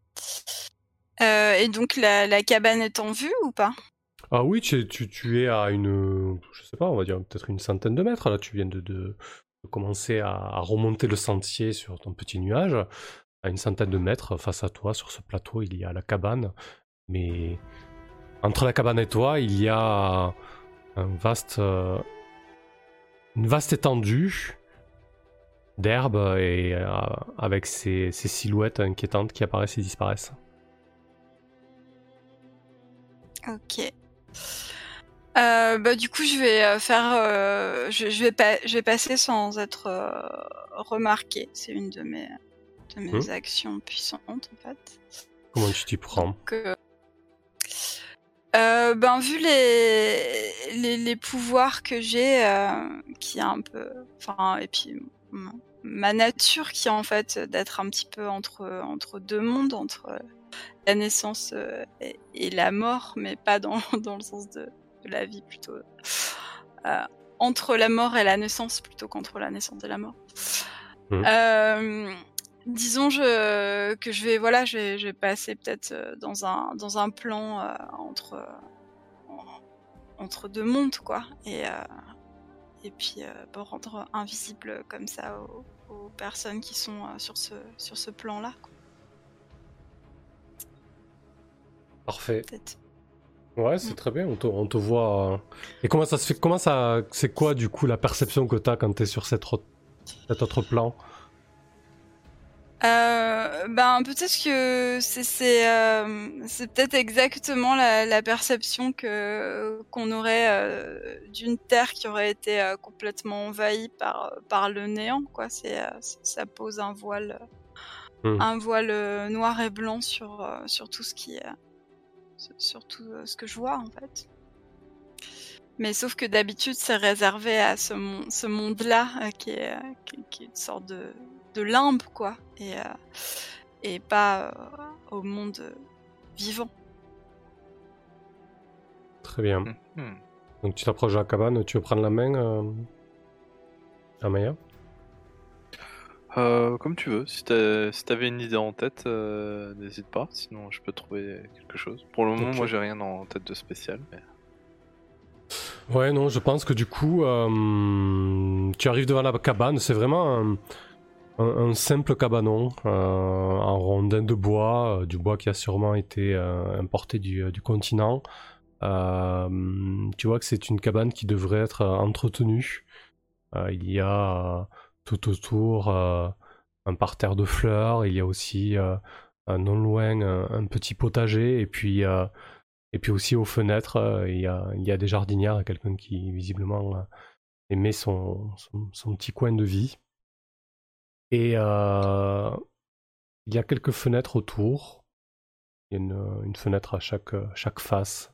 Speaker 3: Et donc la cabane est en vue ou pas?
Speaker 1: Ah oui, tu es à je sais pas, on va dire peut-être une centaine de mètres. Là, tu viens de commencer à remonter le sentier sur ton petit nuage. À une centaine de mètres face à toi, sur ce plateau, il y a la cabane. Mais entre la cabane et toi, il y a une vaste étendue d'herbe et avec ces silhouettes inquiétantes qui apparaissent et disparaissent.
Speaker 3: Ok. Du coup, je vais faire. Je vais passer sans être remarquée. C'est une de mes actions puissantes, en fait.
Speaker 1: Comment tu t'y prends?
Speaker 3: Donc, vu les pouvoirs que j'ai, qui est un peu, enfin, et puis ma nature qui est en fait d'être un petit peu entre deux mondes, entre la naissance et la mort, mais pas dans le sens de la vie, plutôt entre la mort et la naissance plutôt qu'entre la naissance et la mort. Disons que je vais passer peut-être dans un plan entre deux mondes, quoi, et puis rendre invisible comme ça aux personnes qui sont sur ce plan-là, quoi.
Speaker 1: Parfait.
Speaker 3: Peut-être.
Speaker 1: Ouais, c'est très bien, on te voit. Et comment ça se fait, c'est quoi du coup la perception que t'as quand t'es sur cet autre plan?
Speaker 3: Peut-être que c'est peut-être exactement la perception qu'on aurait d'une terre qui aurait été complètement envahie par le néant, quoi. Ça pose un voile noir et blanc sur tout ce qui est sur tout ce que je vois, en fait. Mais sauf que d'habitude c'est réservé à ce monde-là qui est une sorte de limbe, quoi, et pas au monde vivant.
Speaker 1: Très bien. Donc tu t'approches de la cabane, tu veux prendre la main, Amaya?
Speaker 2: Comme tu veux. Si t'avais une idée en tête, n'hésite pas. Sinon, je peux trouver quelque chose. Pour le moment, moi, j'ai rien en tête de spécial. Mais...
Speaker 1: Ouais, non, je pense que du coup, tu arrives devant la cabane. C'est vraiment un simple cabanon en rondin de bois, du bois qui a sûrement été importé du continent. Tu vois que c'est une cabane qui devrait être entretenue. Il y a tout autour un parterre de fleurs. Il y a aussi non loin un petit potager. Et puis aussi aux fenêtres, il y a des jardinières, quelqu'un qui visiblement aimait son petit coin de vie. Et il y a quelques fenêtres autour. Il y a une fenêtre à chaque face.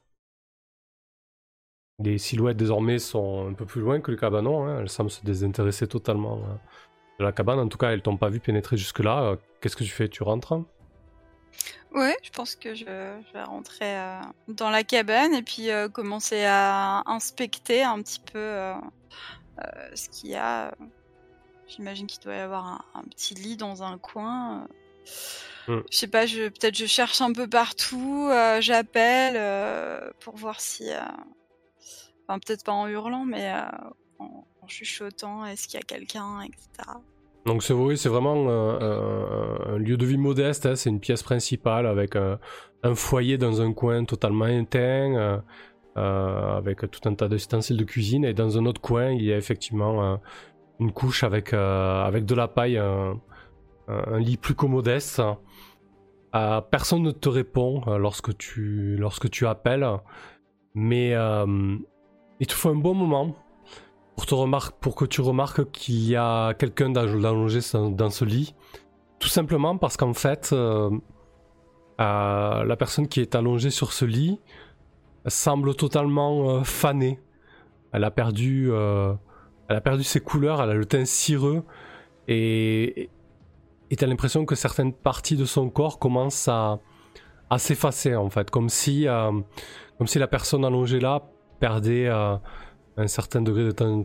Speaker 1: Les silhouettes désormais sont un peu plus loin que le cabanon, hein. Elles semblent se désintéresser totalement de la cabane. En tout cas, elles t'ont pas vu pénétrer jusque-là. Qu'est-ce que tu fais? Tu rentres?
Speaker 3: Ouais, je pense que je vais rentrer dans la cabane et puis commencer à inspecter un petit peu ce qu'il y a. J'imagine qu'il doit y avoir un petit lit dans un coin. Je sais pas, peut-être je cherche un peu partout, j'appelle pour voir si... Enfin, peut-être pas en hurlant, mais en chuchotant, est-ce qu'il y a quelqu'un, etc.
Speaker 1: Donc oui, c'est vraiment un lieu de vie modeste, hein, c'est une pièce principale avec un foyer dans un coin totalement éteint, avec tout un tas d'ustensiles de cuisine, et dans un autre coin, il y a effectivement une couche avec de la paille, un lit plus commodeste. Personne ne te répond lorsque tu appelles, mais il te faut un bon moment pour que tu remarques qu'il y a quelqu'un d'allongé dans ce lit. Tout simplement parce qu'en fait, la personne qui est allongée sur ce lit semble totalement fanée. Elle a perdu ses couleurs, elle a le teint cireux, et t'as l'impression que certaines parties de son corps commencent à s'effacer, en fait, comme si la personne allongée là perdait un certain degré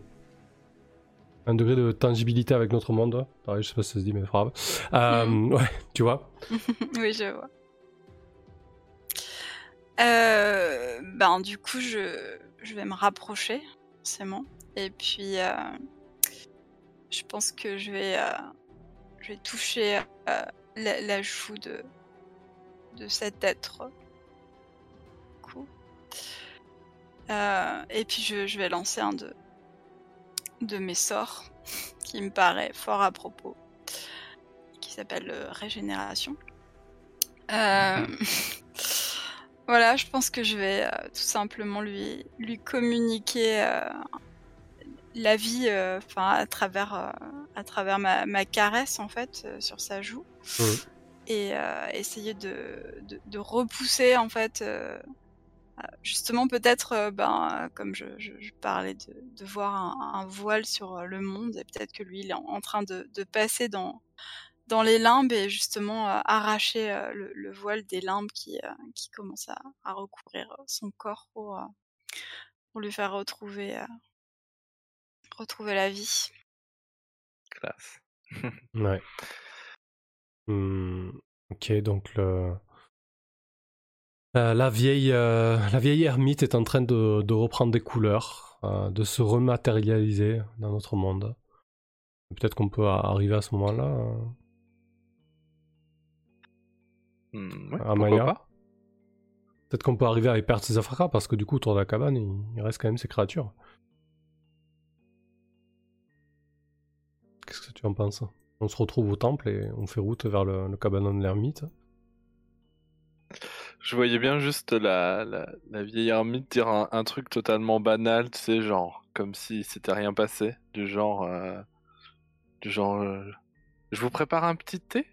Speaker 1: de tangibilité avec notre monde. Pareil, je sais pas si ça se dit, mais c'est pas grave. Ouais, tu vois.
Speaker 3: Oui, je vois. Du coup, je vais me rapprocher, forcément. Et puis, je pense que je vais toucher la joue de cet être. Cool. Et puis, je vais lancer un de mes sorts qui me paraît fort à propos, qui s'appelle Régénération. Voilà, je pense que je vais tout simplement lui communiquer la vie, à travers ma caresse, en fait, sur sa joue. Et essayer de repousser, en fait, justement peut-être, comme je parlais de voir un voile sur le monde, et peut-être que lui il est en train de passer dans les limbes, et justement arracher le voile des limbes qui commencent à recouvrir son corps pour lui faire retrouver la vie.
Speaker 2: Classe.
Speaker 1: Ouais. Ok, donc la vieille ermite est en train de reprendre des couleurs, de se rematérialiser dans notre monde. Peut-être qu'on peut arriver à ce moment-là.
Speaker 2: Ouais,
Speaker 1: à
Speaker 2: pourquoi
Speaker 1: Maya.
Speaker 2: pas.
Speaker 1: Peut-être qu'on peut arriver à y perdre ses affaires, parce que du coup, autour de la cabane, il reste quand même ces créatures. Qu'est-ce que tu en penses? On se retrouve au temple et on fait route vers le cabanon de l'ermite.
Speaker 2: Je voyais bien juste la vieille ermite dire un truc totalement banal, tu sais, genre, comme si c'était rien passé. Du genre, je vous prépare un petit thé.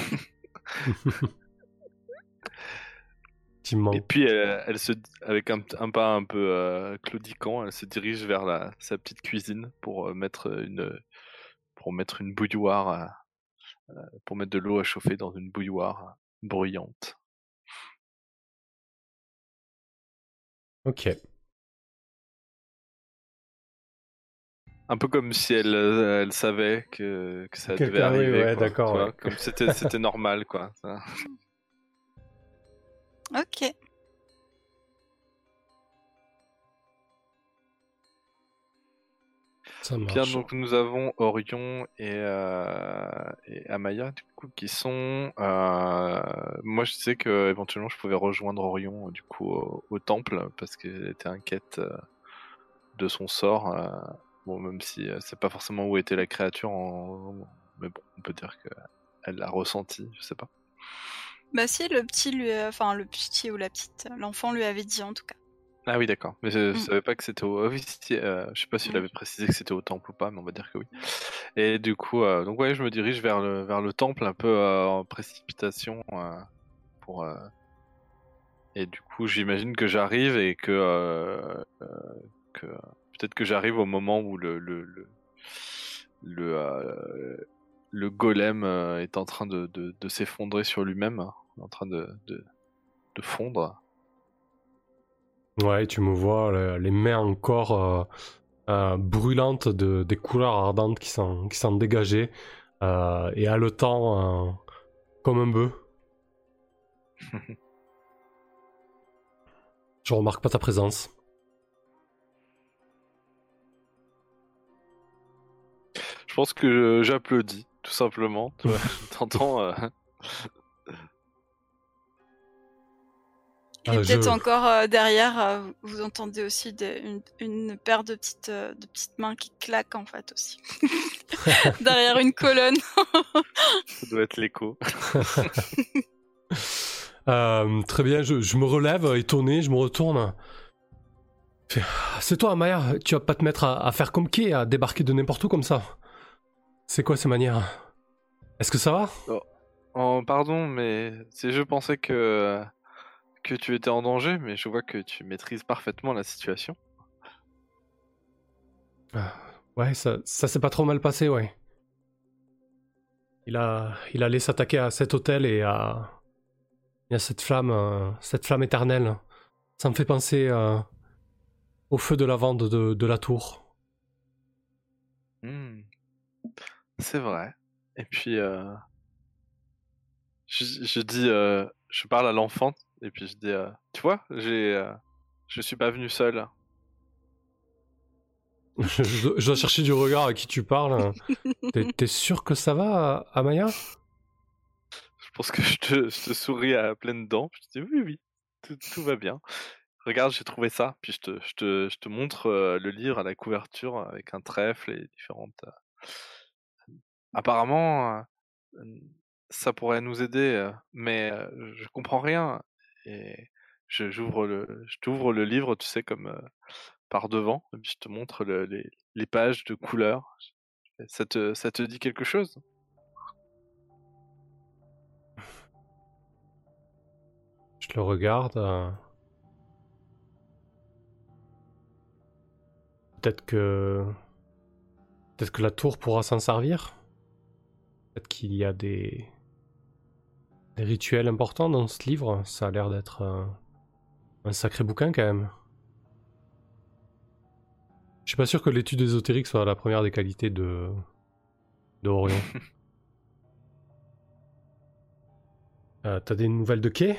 Speaker 2: Et puis avec un pas un peu claudiquant, elle se dirige vers sa petite cuisine pour mettre une bouilloire, pour mettre de l'eau à chauffer dans une bouilloire bruyante.
Speaker 1: Ok.
Speaker 2: Un peu comme si elle savait que ça devait
Speaker 1: Quelqu'un, oui,
Speaker 2: arriver,
Speaker 1: ouais,
Speaker 2: quoi.
Speaker 1: d'accord,
Speaker 2: Tu vois,
Speaker 1: ouais.
Speaker 2: comme c'était normal, quoi. Ça.
Speaker 3: Ok.
Speaker 1: Ça
Speaker 2: Bien,
Speaker 1: marche.
Speaker 2: donc nous avons Orion et Amaya, du coup, qui sont... moi, je sais que éventuellement je pouvais rejoindre Orion, du coup, au temple, parce qu'elle était inquiète de son sort. Bon, même si c'est pas forcément où était la créature, mais bon, on peut dire qu'elle l'a ressenti, je sais pas.
Speaker 3: Bah si, le petit ou la petite, l'enfant lui avait dit, en tout cas.
Speaker 2: Ah oui, d'accord. Mais je savais pas que c'était au... oui, si, je sais pas s'il
Speaker 3: Mm.
Speaker 2: avait précisé que c'était au temple ou pas, mais on va dire que oui. Et du coup, donc ouais, je me dirige vers le temple un peu en précipitation pour... Et du coup, j'imagine que j'arrive et que peut-être que j'arrive au moment où le golem est en train de s'effondrer sur lui-même, hein, en train de fondre.
Speaker 1: Ouais, tu me vois, les mains encore brûlante des couleurs ardentes qui s'en dégageaient et haletant comme un bœuf. Je remarque pas ta présence.
Speaker 2: Je pense que j'applaudis, tout simplement. Tu vois, t'entends.
Speaker 3: Et peut-être encore derrière, vous entendez aussi une paire de petites mains qui claquent en fait aussi. Derrière une colonne.
Speaker 2: Ça doit être l'écho.
Speaker 1: Très bien, je me relève, étonné, je me retourne. C'est toi, Maya, tu vas pas te mettre à faire comme Kay, à débarquer de n'importe où comme ça. C'est quoi ces manières? Est-ce que ça va?
Speaker 2: Oh, pardon, mais je pensais que tu étais en danger, mais je vois que tu maîtrises parfaitement la situation.
Speaker 1: Ouais, ça s'est pas trop mal passé, ouais. Il allait s'attaquer à cet hôtel et à cette flamme éternelle. Ça me fait penser au feu de lavande de la tour.
Speaker 2: C'est vrai. Et puis, je dis, je parle à l'enfant, et puis je dis, tu vois, je suis pas venu seul.
Speaker 1: Je dois chercher du regard à qui tu parles. T'es sûr que ça va, Amaya?
Speaker 2: Je pense que je te souris à pleines dents. Je te dis oui, tout va bien. Regarde, j'ai trouvé ça. Puis je te montre le livre à la couverture avec un trèfle et différentes. Apparemment, ça pourrait nous aider, mais je comprends rien. Et je t'ouvre le livre, tu sais, comme par devant, et puis je te montre les pages de couleurs. Ça te dit quelque chose?
Speaker 1: Je le regarde. Peut-être que la tour pourra s'en servir. Peut-être qu'il y a des rituels importants dans ce livre. Ça a l'air d'être un sacré bouquin quand même. Je suis pas sûr que l'étude ésotérique soit la première des qualités de Orion. T'as des nouvelles de Kay?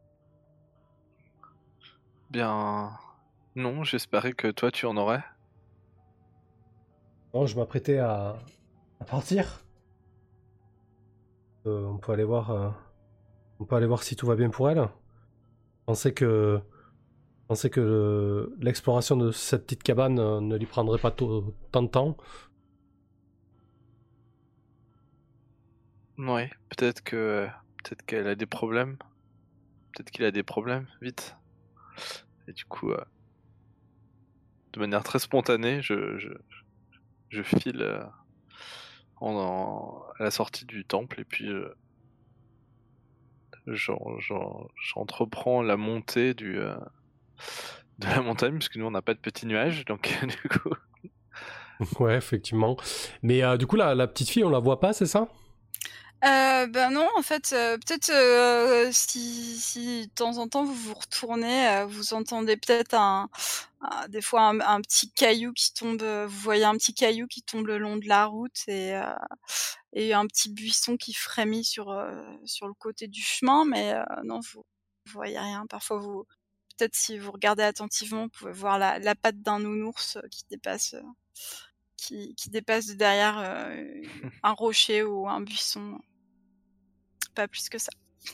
Speaker 2: Bien, non, j'espérais que toi tu en aurais.
Speaker 1: Non, je m'apprêtais à partir. On peut aller voir. On peut aller voir si tout va bien pour elle. Je pensais que l'exploration de cette petite cabane ne lui prendrait pas tant de temps.
Speaker 2: Oui, peut-être qu'elle a des problèmes. Peut-être qu'il a des problèmes, vite. Et du coup, de manière très spontanée, je file à la sortie du temple et puis j'entreprends la montée de la montagne, parce que nous on n'a pas de petits nuages, donc du coup.
Speaker 1: Ouais, effectivement. Mais du coup, la petite fille, on la voit pas, c'est ça?
Speaker 3: Ben non, en fait, peut-être, si de temps en temps vous vous retournez, vous entendez peut-être des fois un petit caillou qui tombe, vous voyez un petit caillou qui tombe le long de la route et un petit buisson qui frémit sur le côté du chemin, mais non, vous voyez rien. Parfois peut-être si vous regardez attentivement, vous pouvez voir la patte d'un nounours qui dépasse de derrière un rocher ou un buisson. Pas plus que ça.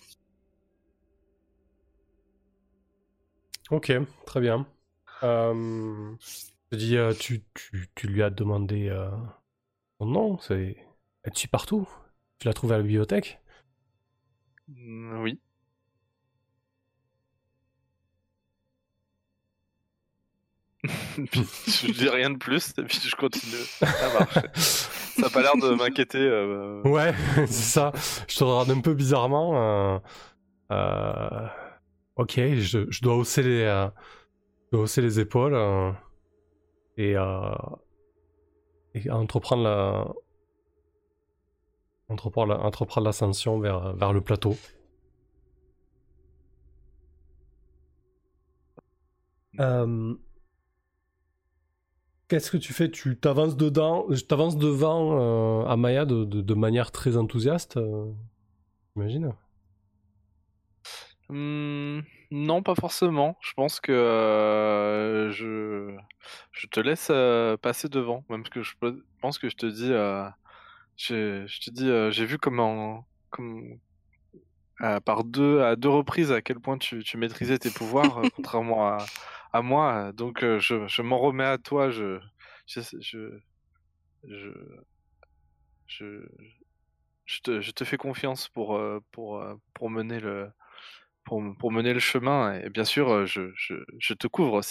Speaker 1: Ok, très bien. Je te dis, tu lui as demandé son nom, elle te suit partout. Tu l'as trouvé à la bibliothèque?
Speaker 2: Oui. Puis, je dis rien de plus, et puis je continue. Ça marche. Ça a pas l'air de m'inquiéter.
Speaker 1: Ouais, c'est ça. Je te regarde un peu bizarrement. Ok, je dois hausser les épaules et entreprendre l'ascension vers le plateau. qu'est-ce que tu fais? Tu t'avances devant Amaya de manière très enthousiaste, j'imagine.
Speaker 2: Non, pas forcément. Je pense que je te laisse passer devant. Même que je pense que je te dis, j'ai vu à deux reprises à quel point tu maîtrisais tes pouvoirs, contrairement à moi. Donc je m'en remets à toi. Je, je, je, je, je te fais confiance pour mener pour mener le chemin. Et bien sûr, je te couvre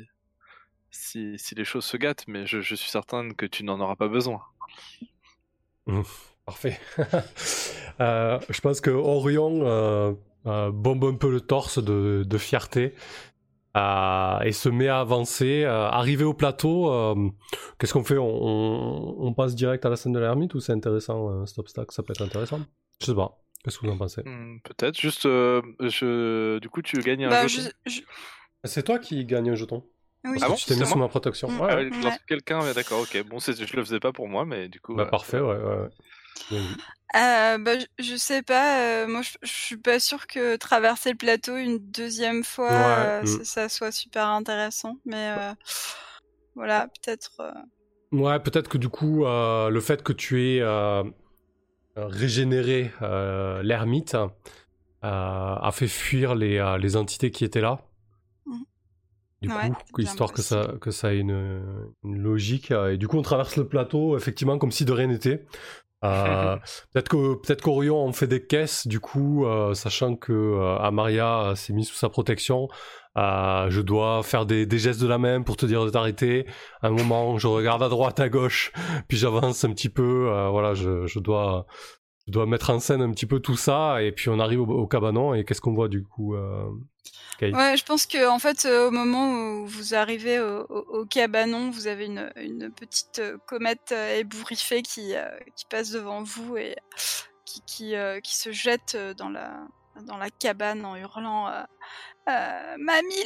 Speaker 2: si les choses se gâtent, mais je suis certain que tu n'en auras pas besoin.
Speaker 1: Parfait. Je pense que Orion bombe un peu le torse de fierté et se met à avancer. Arrivé au plateau, qu'est-ce qu'on fait? On passe direct à la scène de l'ermite ou c'est intéressant, cet obstacle? Ça peut être intéressant. Je sais pas. Qu'est-ce que vous en pensez?
Speaker 2: Peut-être. Juste, du coup, tu gagnes un
Speaker 3: Bah,
Speaker 2: jeton.
Speaker 1: C'est toi qui gagne un jeton.
Speaker 3: Oui.
Speaker 1: Parce que
Speaker 2: Ah bon,
Speaker 1: tu t'es
Speaker 2: c'est
Speaker 1: mis sous
Speaker 2: moi
Speaker 1: ma protection.
Speaker 3: Mm.
Speaker 1: Ouais,
Speaker 2: Ah
Speaker 1: ouais.
Speaker 2: oui, lorsque quelqu'un, ouais, d'accord, ok. Bon, je le faisais pas pour moi, mais du coup.
Speaker 1: Bah parfait, ouais. Bien vu.
Speaker 3: Bah, je sais pas, moi je suis pas sûre que traverser le plateau une deuxième fois,
Speaker 1: Ouais.
Speaker 3: ça soit super intéressant, mais voilà, peut-être.
Speaker 1: Ouais, peut-être que du coup, le fait que tu aies régénéré l'ermite a fait fuir les entités qui étaient là. Du
Speaker 3: Ouais,
Speaker 1: coup,
Speaker 3: c'est bien
Speaker 1: histoire
Speaker 3: possible.
Speaker 1: que ça ait une logique. Et du coup, on traverse le plateau, effectivement, comme si de rien n'était. Peut-être qu'Orion en fait des caisses, du coup, sachant que Amaria s'est mise sous sa protection, je dois faire des gestes de la main pour te dire de t'arrêter. À un moment, je regarde à droite, à gauche, puis j'avance un petit peu. Voilà, je dois mettre en scène un petit peu tout ça, et puis on arrive au cabanon, et qu'est-ce qu'on voit du coup, Kate?
Speaker 3: Ouais, je pense que en fait, au moment où vous arrivez au cabanon, vous avez une petite comète ébouriffée qui passe devant vous et qui se jette dans la cabane en hurlant Mamie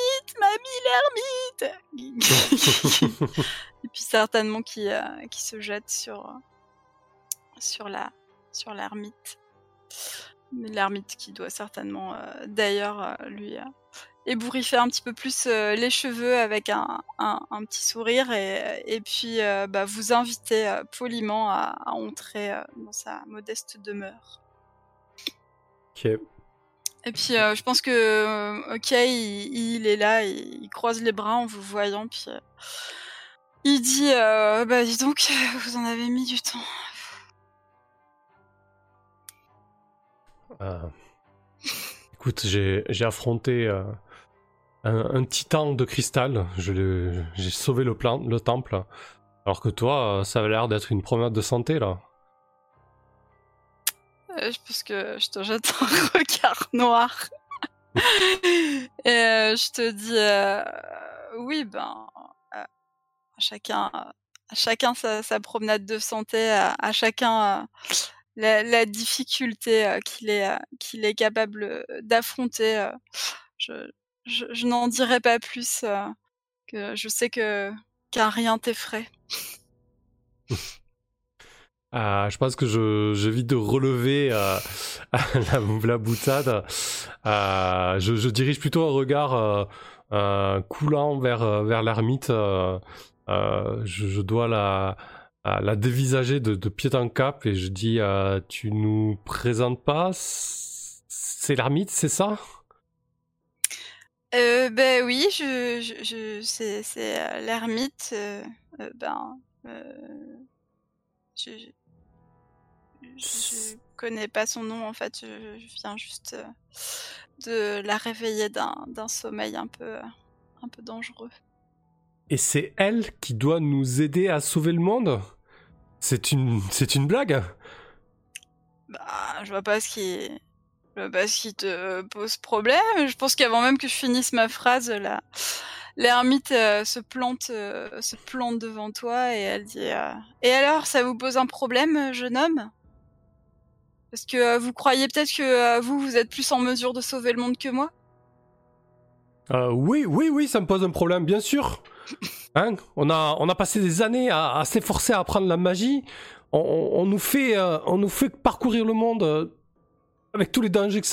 Speaker 3: l'ermite et puis certainement qui se jette sur l'ermite. L'ermite qui doit certainement d'ailleurs lui ébouriffer un petit peu plus les cheveux avec un petit sourire et puis bah, vous inviter poliment à entrer dans sa modeste demeure.
Speaker 1: Ok.
Speaker 3: Et puis je pense que ok, il est là, il croise les bras en vous voyant, puis il dit bah dis donc, vous en avez mis du temps.
Speaker 1: Écoute, j'ai affronté un titan de cristal. J'ai sauvé le temple. Alors que toi, ça avait l'air d'être une promenade de santé, là.
Speaker 3: Je pense que je te jette un regard noir. Et je te dis oui, ben, chacun sa promenade de santé, à chacun la difficulté qu'il est capable d'affronter. Je n'en dirai pas plus, que je sais qu'un rien t'effraie.
Speaker 1: Je pense que j'évite de relever la boutade. Je dirige plutôt un regard coulant vers l'ermite. Je dois la dévisager de pied en cap et je dis tu nous présentes pas? C'est l'ermite, c'est ça?
Speaker 3: Ben oui, c'est l'ermite. Ben, je connais pas son nom en fait. Je viens juste de la réveiller d'un sommeil un peu dangereux.
Speaker 1: Et c'est elle qui doit nous aider à sauver le monde? C'est une blague?
Speaker 3: Bah, je vois pas ce qui te pose problème. Je pense qu'avant même que je finisse ma phrase, l'ermite se plante devant toi et elle dit et alors, ça vous pose un problème, jeune homme? Parce que vous croyez peut-être que vous êtes plus en mesure de sauver le monde que moi?
Speaker 1: Oui, ça me pose un problème, bien sûr. Hein, on a passé des années à s'efforcer à apprendre la magie. On nous fait parcourir le monde avec tous les dangers que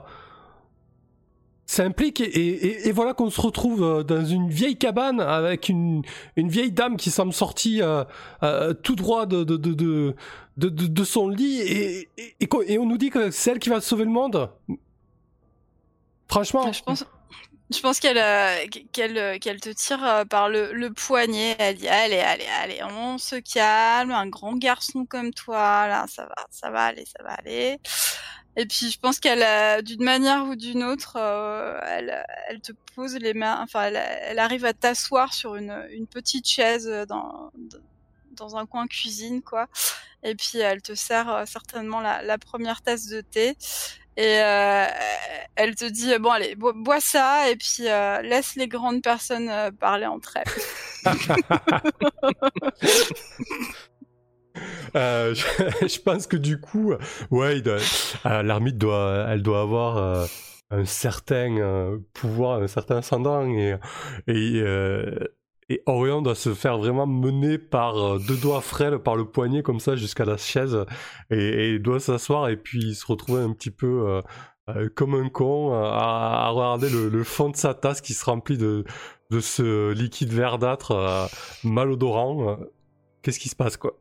Speaker 1: ça implique. Et voilà qu'on se retrouve dans une vieille cabane avec une vieille dame qui semble sortie tout droit de son lit. Et on nous dit que c'est elle qui va sauver le monde. Franchement.
Speaker 3: Je pense qu'elle te tire par le poignet. Elle dit allez, on se calme. Un grand garçon comme toi, là, ça va aller. Et puis je pense qu'elle, d'une manière ou d'une autre, elle te pose les mains. Enfin, elle arrive à t'asseoir sur une petite chaise dans un coin cuisine, quoi. Et puis elle te sert certainement la première tasse de thé. Et elle te dit bon allez bois ça et puis laisse les grandes personnes parler entre elles.
Speaker 1: Je pense que du coup, ouais, l'ermite doit avoir un certain pouvoir, un certain ascendant et Orion doit se faire vraiment mener par deux doigts frêles par le poignet comme ça jusqu'à la chaise et doit s'asseoir et puis se retrouver un petit peu comme un con à regarder le fond de sa tasse qui se remplit de ce liquide verdâtre malodorant. Qu'est-ce qui se passe, quoi?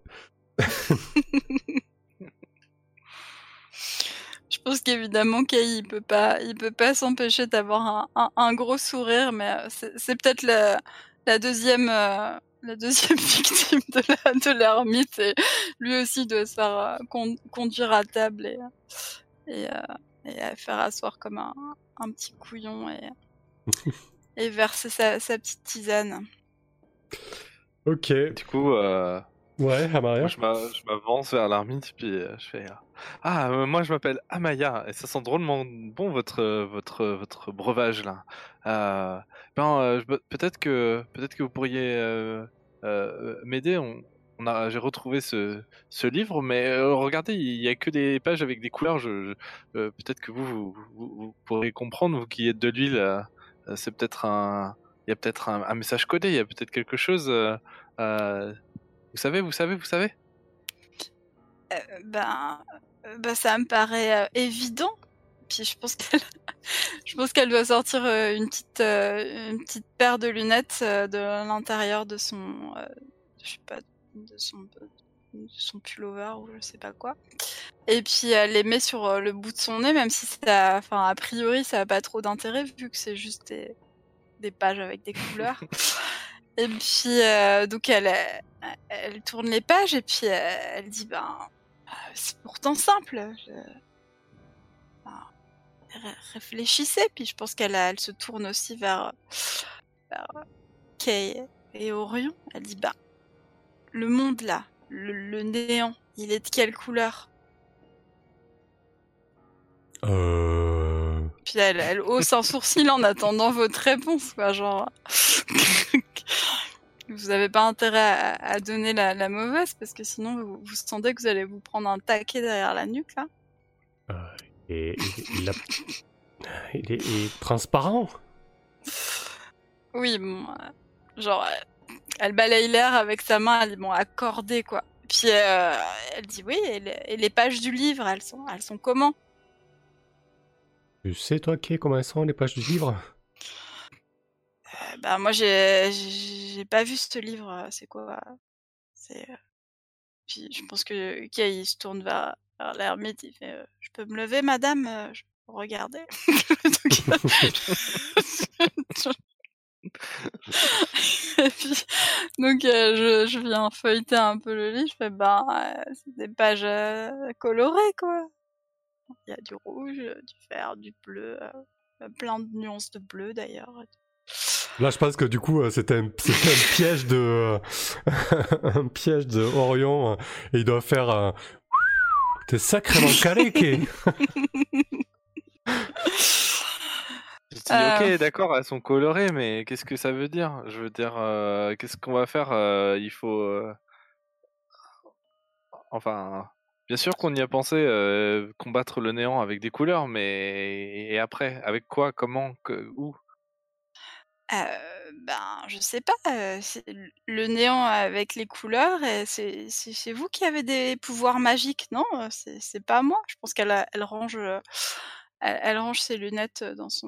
Speaker 3: Je pense qu'évidemment Kay il peut pas s'empêcher d'avoir un gros sourire, mais c'est peut-être la deuxième victime de l'ermite et lui aussi doit se faire conduire à table et faire asseoir comme un petit couillon et verser sa petite tisane.
Speaker 2: Ok. Du coup,
Speaker 1: ouais, Amaria.
Speaker 2: Je m'avance vers l'ermite puis je fais moi je m'appelle Amaya et ça sent drôlement bon votre breuvage là. Peut-être que vous pourriez m'aider. J'ai retrouvé ce livre, mais regardez, il y a que des pages avec des couleurs. Peut-être que vous pourrez comprendre, vous qui êtes de l'île. C'est peut-être il y a peut-être un message codé, il y a peut-être quelque chose. Vous savez.
Speaker 3: Ça me paraît évident. Puis je pense qu'elle doit sortir une petite paire de lunettes de l'intérieur de son, je sais pas, de son pullover ou je sais pas quoi. Et puis elle les met sur le bout de son nez, même si a priori ça a pas trop d'intérêt vu que c'est juste des pages avec des couleurs. Et puis donc elle tourne les pages et puis elle dit c'est pourtant simple. Réfléchissez. Puis je pense qu'elle se tourne aussi vers Kay et Orion. Elle dit le monde là, le néant, il est de quelle couleur? Puis elle hausse un sourcil en attendant votre réponse, quoi, genre. Vous avez pas intérêt à donner la mauvaise parce que sinon vous sentez que vous allez vous prendre un taquet derrière la nuque là.
Speaker 1: Il est transparent.
Speaker 3: Oui, bon, genre elle balaye l'air avec sa main, elle dit accordé quoi. Puis elle dit oui, et les pages du livre, elles sont comment?
Speaker 1: Tu sais toi, Kay, comment elles sont les pages du livre?
Speaker 3: Moi j'ai pas vu ce livre, c'est quoi? Puis je pense que Kay il se tourne vers l'ermite, il fait je peux me lever madame, regardez. Et puis donc je viens feuilleter un peu le livre, je fais c'est des pages colorées quoi. Il y a du rouge, du vert, du bleu, plein de nuances de bleu d'ailleurs.
Speaker 1: Là, je pense que du coup, c'était un piège de un piège de Orion et il doit faire t'es sacrément calé, Kay.
Speaker 2: Ok, d'accord, elles sont colorées, mais qu'est-ce que ça veut dire? Je veux dire, qu'est-ce qu'on va faire? Il faut... Enfin, bien sûr qu'on y a pensé, combattre le néant avec des couleurs, mais... Et après, avec quoi? Comment? Où?
Speaker 3: Je sais pas, c'est le néant avec les couleurs et c'est vous qui avez des pouvoirs magiques, non? C'est pas moi. Je pense elle range, elle range ses lunettes,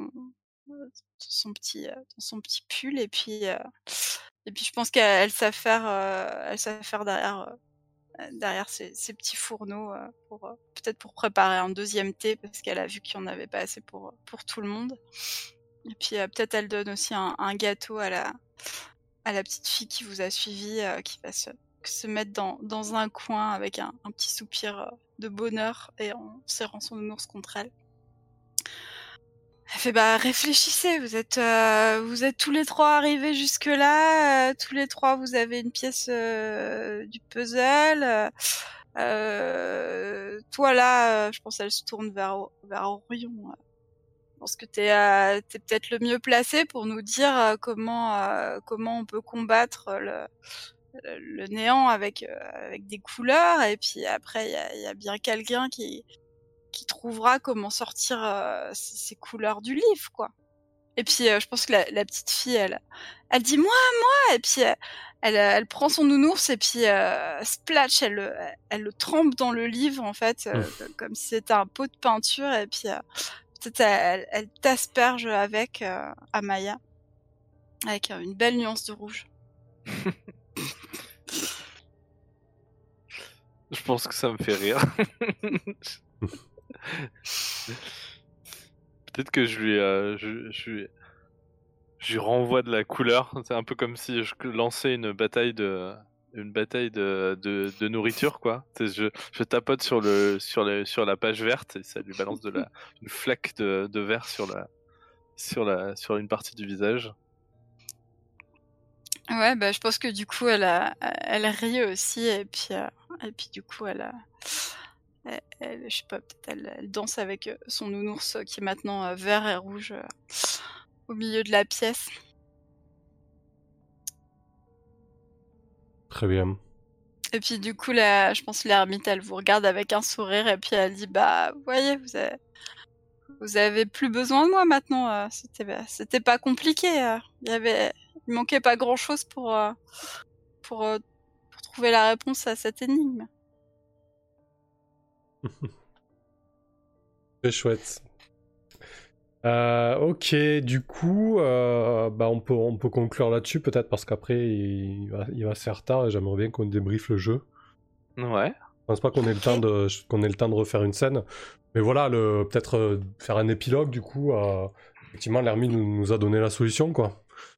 Speaker 3: dans son petit pull et puis je pense qu'elle elle sait faire derrière ses petits fourneaux, peut-être pour préparer un deuxième thé parce qu'elle a vu qu'il y en avait pas assez pour tout le monde. Et puis, peut-être elle donne aussi un gâteau à la petite fille qui vous a suivi, qui va se mettre dans un coin avec un petit soupir, de bonheur et en serrant son nounours contre elle. Elle fait: «Bah, réfléchissez, vous êtes tous les 3 arrivés jusque-là, tous les 3 vous avez une pièce, du puzzle, toi là», je pense qu'elle se tourne vers Orion, je pense que t'es peut-être le mieux placé pour nous dire comment on peut combattre le néant avec des couleurs. Et puis après, il y a bien quelqu'un qui trouvera comment sortir ces couleurs du livre, quoi. Et puis je pense que la petite fille, elle dit moi, et puis elle prend son nounours et puis splatch, elle le trempe dans le livre en fait, comme si c'était un pot de peinture et puis peut-être elle t'asperge avec Amaya, avec une belle nuance de rouge.
Speaker 2: Je pense que ça me fait rire. Peut-être que je lui renvoie de la couleur. C'est un peu comme si je lançais une bataille de nourriture, quoi. Je tapote sur la page verte et ça lui balance une flaque de vert sur une partie du visage.
Speaker 3: Ouais, je pense que du coup elle rit aussi et puis du coup je sais pas, peut-être elle danse avec son nounours qui est maintenant vert et rouge au milieu de la pièce.
Speaker 1: Très bien.
Speaker 3: Et puis du coup, je pense l'ermite, elle vous regarde avec un sourire et puis elle dit vous voyez, vous avez plus besoin de moi maintenant. C'était pas compliqué. Il manquait pas grand chose pour trouver la réponse à cette énigme.
Speaker 1: C'est chouette. Ok, du coup, on peut conclure là-dessus peut-être parce qu'après il va se faire tard et j'aimerais bien qu'on débriefe le jeu.
Speaker 2: Ouais.
Speaker 1: Je pense pas qu'on ait le temps de refaire une scène, mais voilà, peut-être faire un épilogue du coup. Effectivement, l'ermite nous a donné la solution, quoi.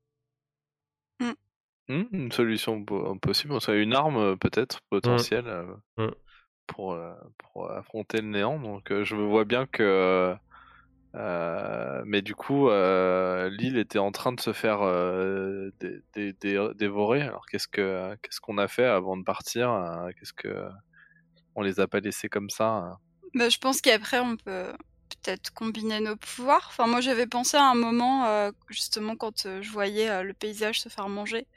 Speaker 2: Une solution possible, une arme peut-être potentielle pour affronter le néant. Donc je me vois bien que mais du coup l'île était en train de se faire dévorer. Alors qu'est-ce qu'on a fait avant de partir? On les a pas laissés comme ça?
Speaker 3: Je pense qu'après on peut peut-être combiner nos pouvoirs. Enfin, moi j'avais pensé à un moment justement quand je voyais le paysage se faire manger,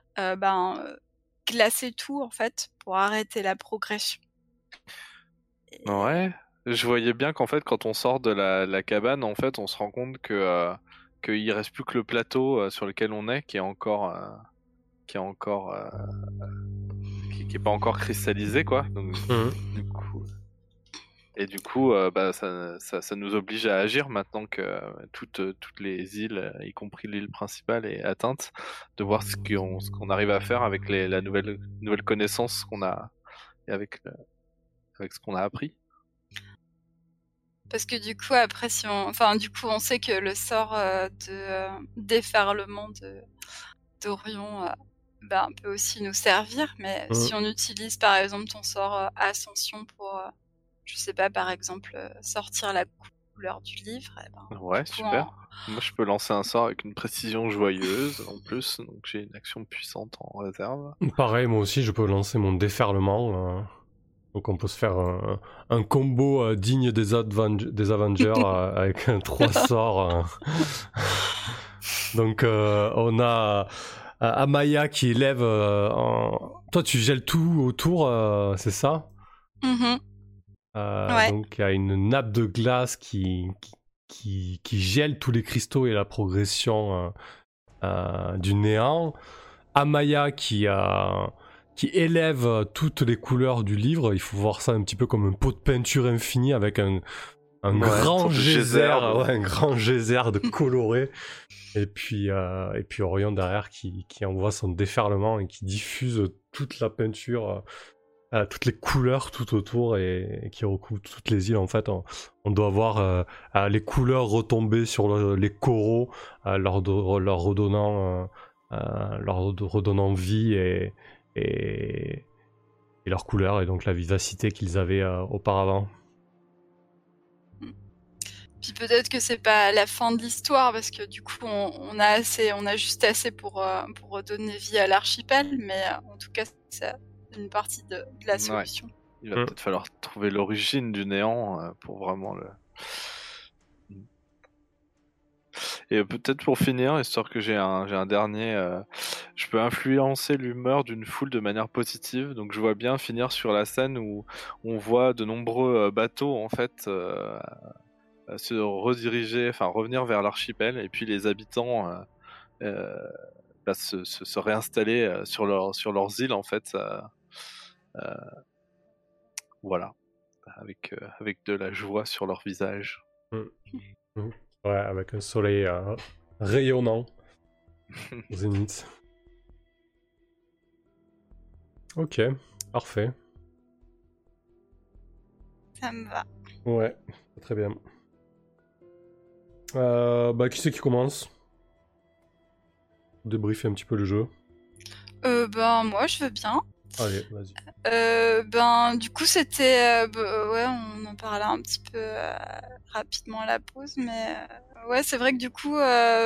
Speaker 3: glacer tout en fait pour arrêter la progression.
Speaker 2: Ouais, je voyais bien qu'en fait quand on sort de la cabane, en fait on se rend compte qu'il reste plus que le plateau sur lequel on est qui est pas encore cristallisé, quoi. Donc, du coup, ça nous oblige à agir maintenant que toutes les îles, y compris l'île principale, est atteinte, de voir ce qu'on arrive à faire avec la nouvelle connaissance qu'on a et avec ce qu'on a appris.
Speaker 3: Parce que du coup, après, on sait que le sort de déferlement d'Orion peut aussi nous servir, mais si on utilise par exemple ton sort Ascension pour, je sais pas, par exemple, sortir la couleur du livre,
Speaker 2: ouais, super. Moi, je peux lancer un sort avec une précision joyeuse en plus, donc j'ai une action puissante en réserve.
Speaker 1: Pareil, moi aussi, je peux lancer mon déferlement. Donc on peut se faire un combo digne des Avengers avec 3 sorts. Donc on a Amaya qui élève... Toi tu gèles tout autour, c'est ça?
Speaker 3: Ouais.
Speaker 1: Donc il y a une nappe de glace qui gèle tous les cristaux et la progression du néant. Amaya qui élève toutes les couleurs du livre. Il faut voir ça un petit peu comme un pot de peinture infini avec un grand geyser, un grand geyser de coloré. Et puis Orion derrière qui envoie son déferlement et qui diffuse toute la peinture, toutes les couleurs tout autour et qui recouvre toutes les îles. En fait, on doit voir les couleurs retomber sur les coraux, leur redonnant vie et leur couleur et donc la vivacité qu'ils avaient auparavant.
Speaker 3: Puis peut-être que c'est pas la fin de l'histoire parce que du coup on a juste assez pour redonner vie à l'archipel, mais en tout cas c'est une partie de la solution.
Speaker 2: Ouais. Il va peut-être falloir trouver l'origine du néant pour vraiment le... Et peut-être pour finir, histoire que j'ai un dernier, je peux influencer l'humeur d'une foule de manière positive. Donc je vois bien finir sur la scène où on voit de nombreux bateaux en fait se rediriger, enfin revenir vers l'archipel, et puis les habitants se réinstaller sur leurs îles en fait. Voilà, avec de la joie sur leur visage.
Speaker 1: Ouais, avec un soleil rayonnant au zénith. Ok, parfait.
Speaker 3: Ça me va.
Speaker 1: Ouais, très bien. Qui c'est qui commence? Débriefer un petit peu le jeu.
Speaker 3: Moi je veux bien.
Speaker 1: Allez, vas-y.
Speaker 3: Du coup c'était ouais, on en parlait un petit peu rapidement à la pause, mais ouais, c'est vrai que du coup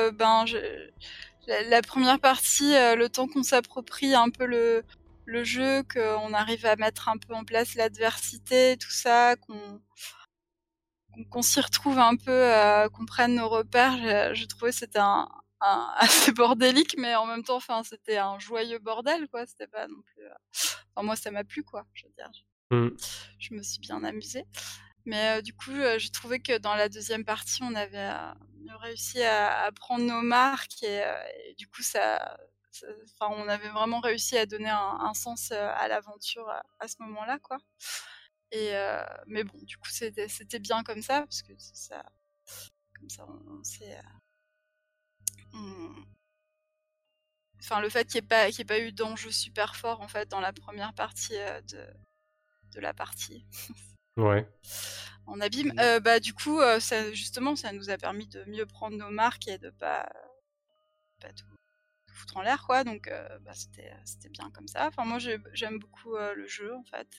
Speaker 3: la première partie, le temps qu'on s'approprie un peu le jeu, qu'on arrive à mettre un peu en place l'adversité, tout ça, qu'on s'y retrouve un peu, qu'on prenne nos repères, je trouvais que c'était un assez bordélique, mais en même temps, enfin, c'était un joyeux bordel, quoi. C'était pas non plus. Enfin, moi, ça m'a plu, quoi. Je veux dire, je me suis bien amusée. Mais du coup, j'ai trouvé que dans la deuxième partie, on avait mieux réussi à prendre nos marques et du coup, enfin, on avait vraiment réussi à donner un sens à l'aventure à ce moment-là, quoi. Et mais bon, du coup, c'était bien comme ça parce que ça, comme ça, on s'est, enfin, le fait qu'il n'y ait pas eu d'enjeu super fort en fait dans la première partie de la partie.
Speaker 1: Ouais.
Speaker 3: En abîme. Du coup, justement, ça nous a permis de mieux prendre nos marques et de pas tout foutre en l'air, quoi. Donc, c'était bien comme ça. Enfin, moi, j'aime beaucoup le jeu, en fait.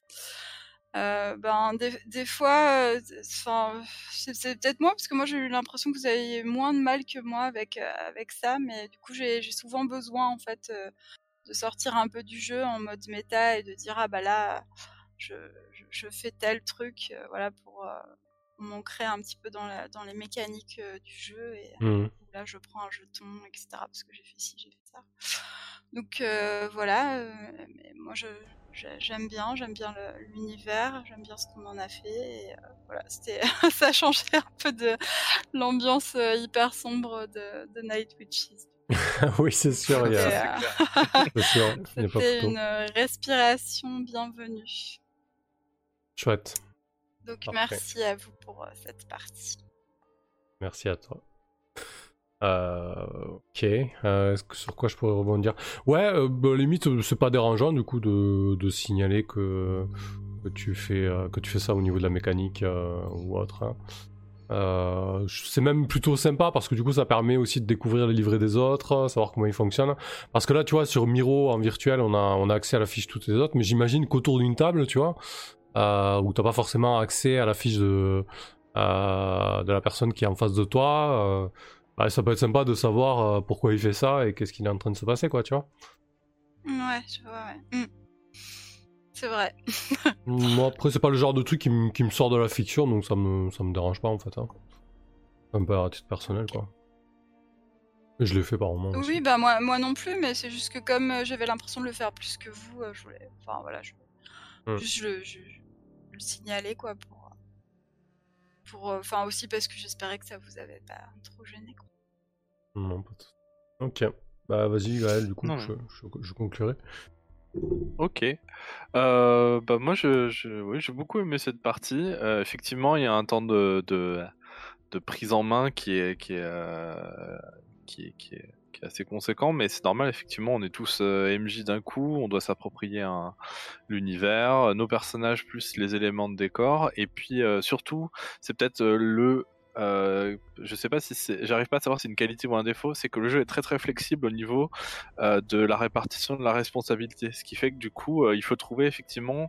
Speaker 3: Des fois, enfin, c'est peut-être moi, parce que moi, j'ai eu l'impression que vous aviez moins de mal que moi avec ça, mais du coup, j'ai souvent besoin, en fait, de sortir un peu du jeu en mode méta et de dire ah bah là je fais tel truc, voilà, pour m'ancrer un petit peu dans les mécaniques du jeu et là je prends un jeton, etc. parce que j'ai fait ci, j'ai fait ça. Donc voilà, mais moi j'aime bien l'univers, j'aime bien ce qu'on en a fait et voilà, c'était ça a changé un peu de l'ambiance hyper sombre de Night Witches.
Speaker 1: Oui, c'est sûr, il y a... c'est sûr, il y a pas
Speaker 3: C'était
Speaker 1: photo.
Speaker 3: une respiration bienvenue.
Speaker 1: Chouette.
Speaker 3: Donc
Speaker 1: Parfait.
Speaker 3: merci à vous pour cette partie.
Speaker 1: Merci à toi. Ok. Sur quoi je pourrais rebondir? Ouais, limite, c'est pas dérangeant du coup de signaler que tu fais ça au niveau de la mécanique ou autre. Hein. C'est même plutôt sympa parce que du coup ça permet aussi de découvrir les livrets des autres, savoir comment ils fonctionnent. Parce que là, tu vois, sur Miro en virtuel, on a accès à la fiche toutes les autres, mais j'imagine qu'autour d'une table, tu vois, où t'as pas forcément accès à la fiche de la personne qui est en face de toi. Ça peut être sympa de savoir pourquoi il fait ça et qu'est-ce qu'il est en train de se passer, quoi, tu vois.
Speaker 3: Ouais, je vois, ouais. C'est vrai.
Speaker 1: Moi, après, c'est pas le genre de truc qui me sort de la fiction, donc ça me dérange pas, en fait. Hein. Un peu à titre personnel, quoi. Et je l'ai fait par moment aussi.
Speaker 3: Oui, bah moi non plus, mais c'est juste que comme j'avais l'impression de le faire plus que vous, je voulais... Enfin voilà, juste le signaler, quoi, enfin aussi parce que j'espérais que ça vous avait pas trop gêné, quoi.
Speaker 1: Non, pas tout. Ok. Bah vas-y, Gaël, du coup,
Speaker 2: Non,
Speaker 1: je conclurai.
Speaker 2: Ok. Bah moi, oui, j'ai beaucoup aimé cette partie. Effectivement, il y a un temps de prise en main qui est assez conséquent, mais c'est normal. Effectivement, on est tous MJ d'un coup, on doit s'approprier l'univers, nos personnages plus les éléments de décor, et puis surtout, c'est peut-être je sais pas si j'arrive pas à savoir si c'est une qualité ou un défaut, c'est que le jeu est très très flexible au niveau de la répartition de la responsabilité, ce qui fait que du coup, il faut trouver effectivement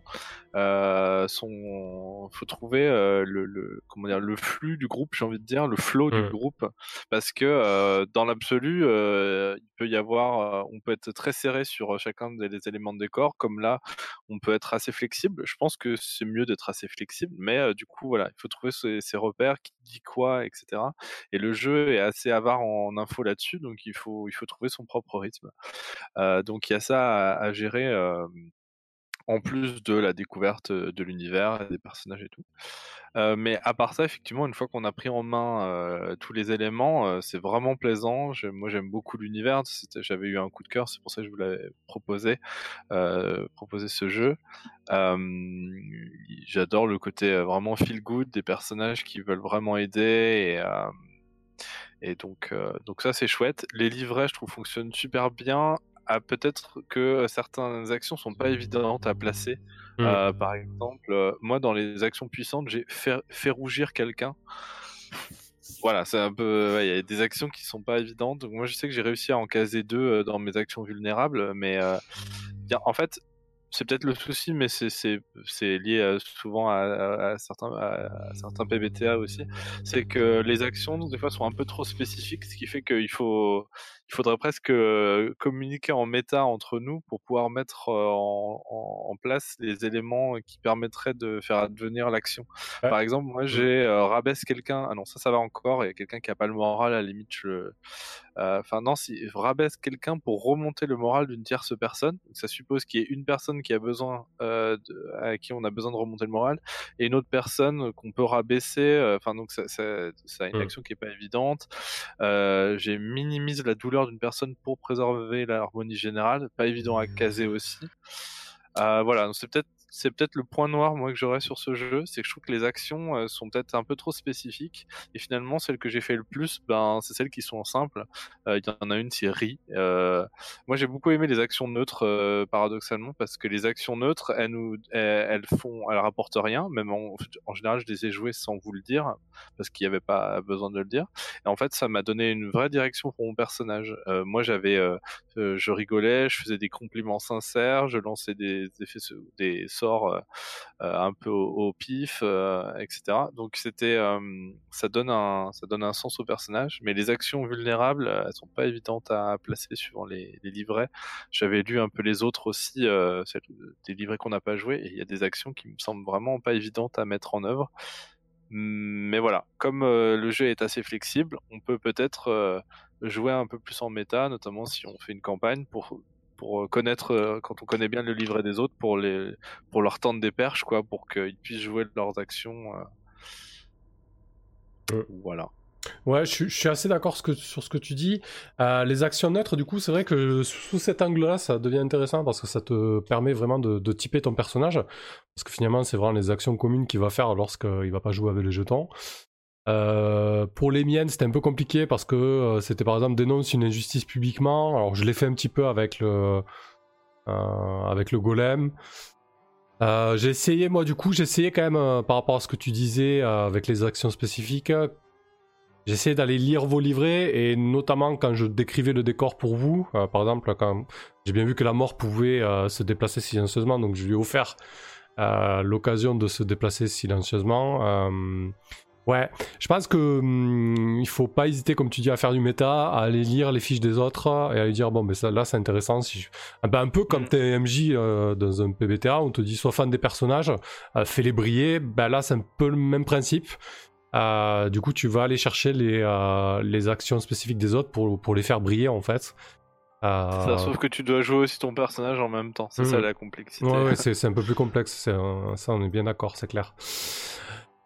Speaker 2: faut trouver comment dire, le flux du groupe, j'ai envie de dire, le flow du groupe, parce que dans l'absolu, il peut y avoir, on peut être très serré sur chacun des éléments de décor, comme là, on peut être assez flexible. Je pense que c'est mieux d'être assez flexible, mais du coup, voilà, il faut trouver ces repères, qui dit quoi, etc. Et le jeu est assez avare en infos là-dessus, donc il faut trouver son propre rythme. Donc il y a ça à gérer. En plus de la découverte de l'univers et des personnages et tout. Mais à part ça, effectivement, une fois qu'on a pris en main tous les éléments, c'est vraiment plaisant. Moi, j'aime beaucoup l'univers. J'avais eu un coup de cœur, c'est pour ça que je vous l'avais proposé ce jeu. J'adore le côté vraiment feel good des personnages qui veulent vraiment aider et donc ça c'est chouette. Les livrets, je trouve, fonctionnent super bien. Peut-être que certaines actions sont pas évidentes à placer. Par exemple, moi dans les actions puissantes, j'ai fait rougir quelqu'un. Voilà, c'est un peu, il y a des actions qui sont pas évidentes. Donc moi je sais que j'ai réussi à en caser 2 dans mes actions vulnérables, mais en fait c'est peut-être le souci, mais c'est lié souvent à certains PBTA aussi. C'est que les actions, des fois, sont un peu trop spécifiques, ce qui fait qu'il faudrait presque communiquer en méta entre nous pour pouvoir mettre en place les éléments qui permettraient de faire advenir l'action.
Speaker 1: Ouais.
Speaker 2: Par exemple, moi, j'ai rabaisse quelqu'un. Ah non, ça va encore. Il y a quelqu'un qui a pas le moral, à la limite, enfin non, si rabaisse quelqu'un pour remonter le moral d'une tierce personne, donc ça suppose qu'il y ait une personne qui a besoin à qui on a besoin de remonter le moral et une autre personne qu'on peut rabaisser. Enfin donc ça a une action qui est pas évidente. J'ai minimise la douleur d'une personne pour préserver l'harmonie générale, pas évident à caser aussi. Voilà, donc c'est peut-être le point noir moi que j'aurais sur ce jeu, c'est que je trouve que les actions sont peut-être un peu trop spécifiques et finalement celles que j'ai fait le plus, c'est celles qui sont simples. Il y en a une, c'est Ri. Moi j'ai beaucoup aimé les actions neutres paradoxalement parce que les actions neutres elles rapportent rien, même en général je les ai jouées sans vous le dire parce qu'il n'y avait pas besoin de le dire. Et en fait ça m'a donné une vraie direction pour mon personnage. Moi je rigolais, je faisais des compliments sincères, je lançais des sorts un peu au pif, etc. Donc ça donne un sens au personnage, mais les actions vulnérables, elles sont pas évidentes à placer suivant les livrets. J'avais lu un peu les autres aussi, des livrets qu'on n'a pas joués, et il y a des actions qui me semblent vraiment pas évidentes à mettre en œuvre. Mais voilà, comme le jeu est assez flexible, on peut peut-être jouer un peu plus en méta, notamment si on fait une campagne pour connaître, quand on connaît bien le livret des autres, pour leur tendre des perches, quoi, pour qu'ils puissent jouer leurs actions. Voilà.
Speaker 1: Ouais, je suis assez d'accord sur ce que tu dis. Les actions neutres, du coup, c'est vrai que sous cet angle-là, ça devient intéressant parce que ça te permet vraiment de typer ton personnage. Parce que finalement, c'est vraiment les actions communes qu'il va faire lorsqu'il va pas jouer avec les jetons. Pour les miennes, c'était un peu compliqué parce que c'était par exemple dénonce une injustice publiquement. Alors je l'ai fait un petit peu avec le golem. J'ai essayé quand même par rapport à ce que tu disais avec les actions spécifiques. J'ai essayé d'aller lire vos livrets et notamment quand je décrivais le décor pour vous, par exemple quand j'ai bien vu que la mort pouvait se déplacer silencieusement, donc je lui ai offert l'occasion de se déplacer silencieusement. Ouais, je pense que il faut pas hésiter, comme tu dis, à faire du méta, à aller lire les fiches des autres et à lui dire bon, ben ça là c'est intéressant. Un peu comme t'es MJ dans un PBTA, on te dit sois fan des personnages, fais-les briller. Ben là c'est un peu le même principe. Du coup, tu vas aller chercher les actions spécifiques des autres pour les faire briller en fait.
Speaker 2: Ça, sauf que tu dois jouer aussi ton personnage en même temps, c'est ça la complexité.
Speaker 1: Ouais, c'est un peu plus complexe, ça on est bien d'accord, c'est clair.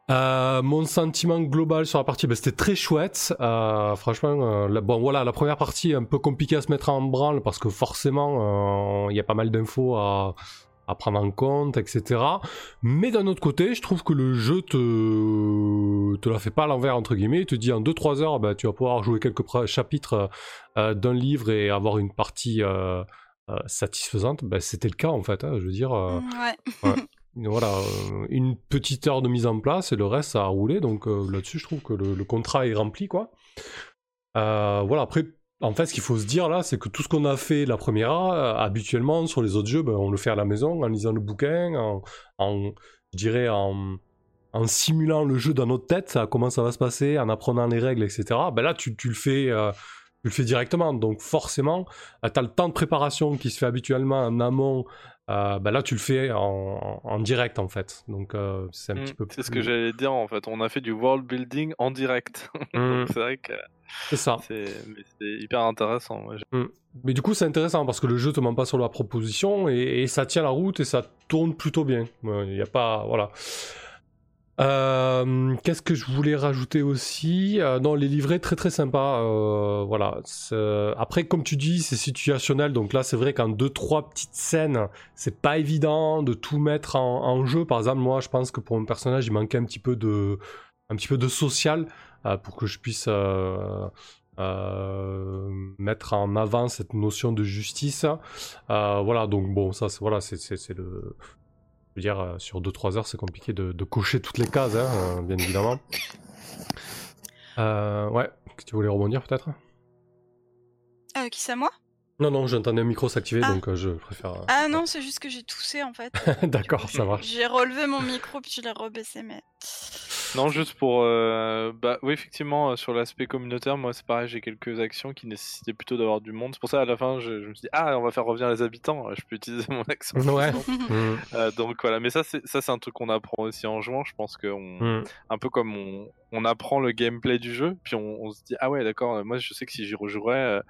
Speaker 1: Mon sentiment global sur la partie, c'était très chouette. Franchement, la première partie est un peu compliquée à se mettre en branle parce que forcément, il y a pas mal d'infos à prendre en compte, etc. Mais d'un autre côté, je trouve que le jeu te la fait pas à l'envers, entre guillemets. Il te dit en 2-3 heures, tu vas pouvoir jouer quelques chapitres d'un livre et avoir une partie satisfaisante. C'était le cas, en fait. Je veux dire...
Speaker 3: Ouais.
Speaker 1: Voilà, une petite heure de mise en place et le reste ça a roulé, donc là-dessus je trouve que le contrat est rempli, quoi. Voilà, après, en fait, ce qu'il faut se dire là, c'est que tout ce qu'on a fait la première heure, habituellement sur les autres jeux, on le fait à la maison, en lisant le bouquin, je dirais en simulant le jeu dans notre tête, comment ça va se passer, en apprenant les règles, etc. Là, tu le fais... tu le fais directement, donc forcément, tu as le temps de préparation qui se fait habituellement en amont. Là, tu le fais en direct, en fait. Donc, c'est un petit peu plus...
Speaker 2: C'est ce que j'allais dire, en fait. On a fait du world building en direct. Donc, c'est vrai que...
Speaker 1: C'est ça.
Speaker 2: C'est hyper intéressant.
Speaker 1: Mais du coup, c'est intéressant parce que le jeu te ment pas sur la proposition et ça tient la route et ça tourne plutôt bien. Il n'y a pas... Voilà. Qu'est-ce que je voulais rajouter aussi? Non, les livrets très très sympas. Voilà. Après, comme tu dis, c'est situationnel. Donc là, c'est vrai qu'en 2-3 petites scènes, c'est pas évident de tout mettre en jeu. Par exemple, moi, je pense que pour mon personnage, il manquait un petit peu de social pour que je puisse mettre en avant cette notion de justice. Voilà. Donc bon, ça, c'est le... Je veux dire, sur 2-3 heures, c'est compliqué de cocher toutes les cases, hein, bien évidemment. Ouais, tu voulais rebondir peut-être?
Speaker 3: Qui c'est, moi?
Speaker 1: Non, j'entendais un micro s'activer, donc je préfère...
Speaker 3: non, c'est juste que j'ai toussé, en fait.
Speaker 1: D'accord, ça marche.
Speaker 3: J'ai relevé mon micro, puis je l'ai rebaissé, mais...
Speaker 2: Non, juste pour... oui, effectivement, sur l'aspect communautaire, moi, c'est pareil, j'ai quelques actions qui nécessitaient plutôt d'avoir du monde. C'est pour ça, à la fin, je me suis dit, on va faire revenir les habitants, je peux utiliser mon action.
Speaker 1: Ouais.
Speaker 2: Donc voilà, mais ça, c'est un truc qu'on apprend aussi en jouant. Je pense que un peu comme on apprend le gameplay du jeu, puis on se dit, ah ouais, d'accord, moi, je sais que si j'y rejouerais,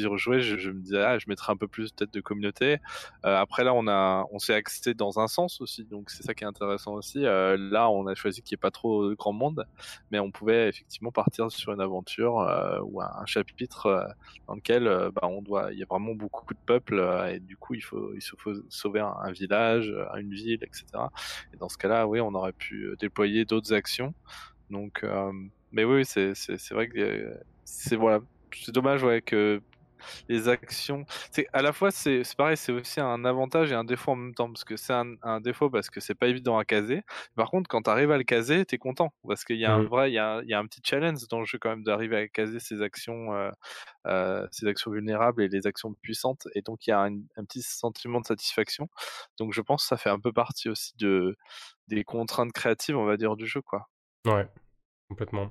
Speaker 2: je me disais, je mettrais un peu plus peut-être de communauté. Après, là, on s'est axé dans un sens aussi, donc c'est ça qui est intéressant aussi. Là, on a choisi qu'il n'y ait pas trop de grand monde, mais on pouvait effectivement partir sur une aventure ou un chapitre dans lequel il y a vraiment beaucoup de peuple et du coup il faut sauver un village, une ville, etc. Et dans ce cas-là, oui, on aurait pu déployer d'autres actions. Donc, mais oui, c'est vrai que c'est dommage, ouais, que les actions, à la fois c'est pareil, c'est aussi un avantage et un défaut en même temps, parce que c'est un défaut parce que c'est pas évident à caser. Par contre, quand t'arrives à le caser, t'es content parce qu'il y a il y a un petit challenge dans le jeu quand même d'arriver à caser ces actions vulnérables et les actions puissantes, et donc il y a un petit sentiment de satisfaction. Donc je pense que ça fait un peu partie aussi des contraintes créatives, on va dire, du jeu, quoi.
Speaker 1: Ouais, complètement.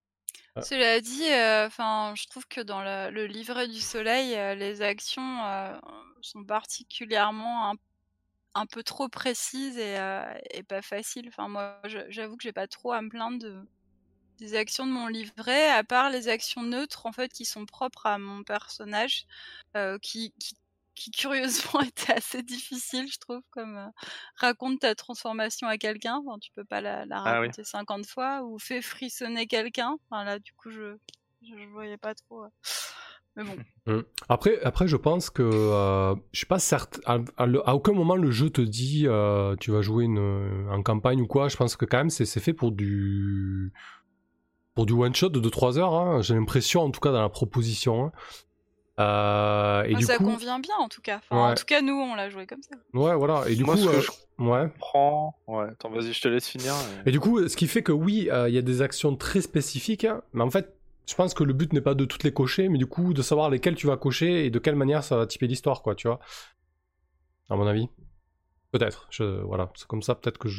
Speaker 3: Cela dit, je trouve que dans le livret du soleil, les actions sont particulièrement un peu trop précises et pas faciles. Enfin, moi, j'avoue que j'ai pas trop à me plaindre des actions de mon livret, à part les actions neutres, en fait, qui sont propres à mon personnage, qui curieusement étaient assez difficiles, je trouve, comme raconte ta transformation à quelqu'un. Enfin, tu peux pas la raconter 50 fois, ou fais frissonner quelqu'un. Enfin, là, du coup, je voyais pas trop. Mais bon.
Speaker 1: Après, je pense que je suis pas certain. À aucun moment le jeu te dit tu vas jouer en campagne ou quoi. Je pense que quand même c'est fait pour du one shot de 2-3 heures. Hein. J'ai l'impression, en tout cas dans la proposition. Hein. Et du
Speaker 3: ça
Speaker 1: coup...
Speaker 3: convient bien en tout cas. Enfin, en tout cas, nous on l'a joué comme ça.
Speaker 1: Ouais, voilà. Et du coup,
Speaker 2: attends, vas-y, je te laisse finir.
Speaker 1: Et du coup, ce qui fait que oui, il y a des actions très spécifiques, hein, mais en fait, je pense que le but n'est pas de toutes les cocher, mais du coup de savoir lesquelles tu vas cocher et de quelle manière ça va typer l'histoire, quoi, tu vois. À mon avis. Peut-être. Voilà, c'est comme ça peut-être que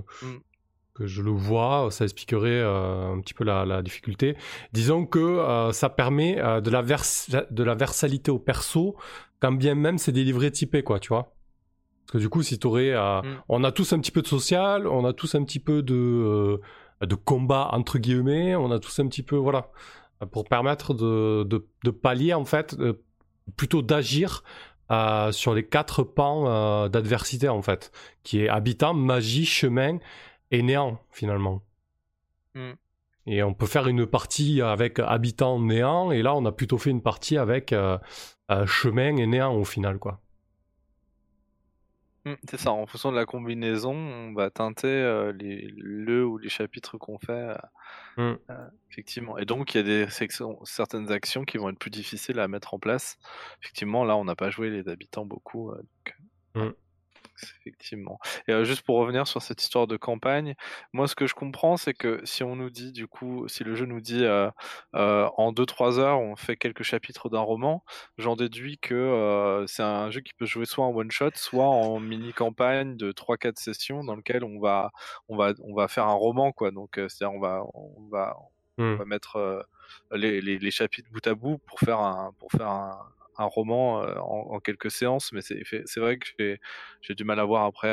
Speaker 1: je le vois, ça expliquerait un petit peu la difficulté. Disons que ça permet de la versalité au perso, quand bien même c'est des livrets typés, quoi, tu vois. Parce que du coup, si t'aurais... on a tous un petit peu de social, on a tous un petit peu de combat, entre guillemets, on a tous un petit peu... Voilà. Pour permettre de pallier, en fait, plutôt d'agir sur les 4 pans d'adversité, en fait. Qui est habitant, magie, chemin et néant, finalement.
Speaker 2: Mm.
Speaker 1: Et on peut faire une partie avec habitants néant, et là on a plutôt fait une partie avec chemin et néant au final, quoi.
Speaker 2: C'est ça, en fonction de la combinaison, on va teinter le ou les chapitres qu'on fait,
Speaker 1: Mm.
Speaker 2: effectivement. Et donc, il y a certaines actions qui vont être plus difficiles à mettre en place. Effectivement, là, on n'a pas joué les habitants beaucoup.
Speaker 1: Mm.
Speaker 2: Effectivement. Et juste pour revenir sur cette histoire de campagne, moi ce que je comprends c'est que si on nous dit du coup, si le jeu nous dit en 2-3 heures on fait quelques chapitres d'un roman, j'en déduis que c'est un jeu qui peut se jouer soit en one shot, soit en mini campagne de 3-4 sessions dans lequel on va faire un roman quoi. Donc c'est-à-dire on va mettre les chapitres bout à bout pour faire un roman en quelques séances, mais c'est vrai que j'ai du mal à voir après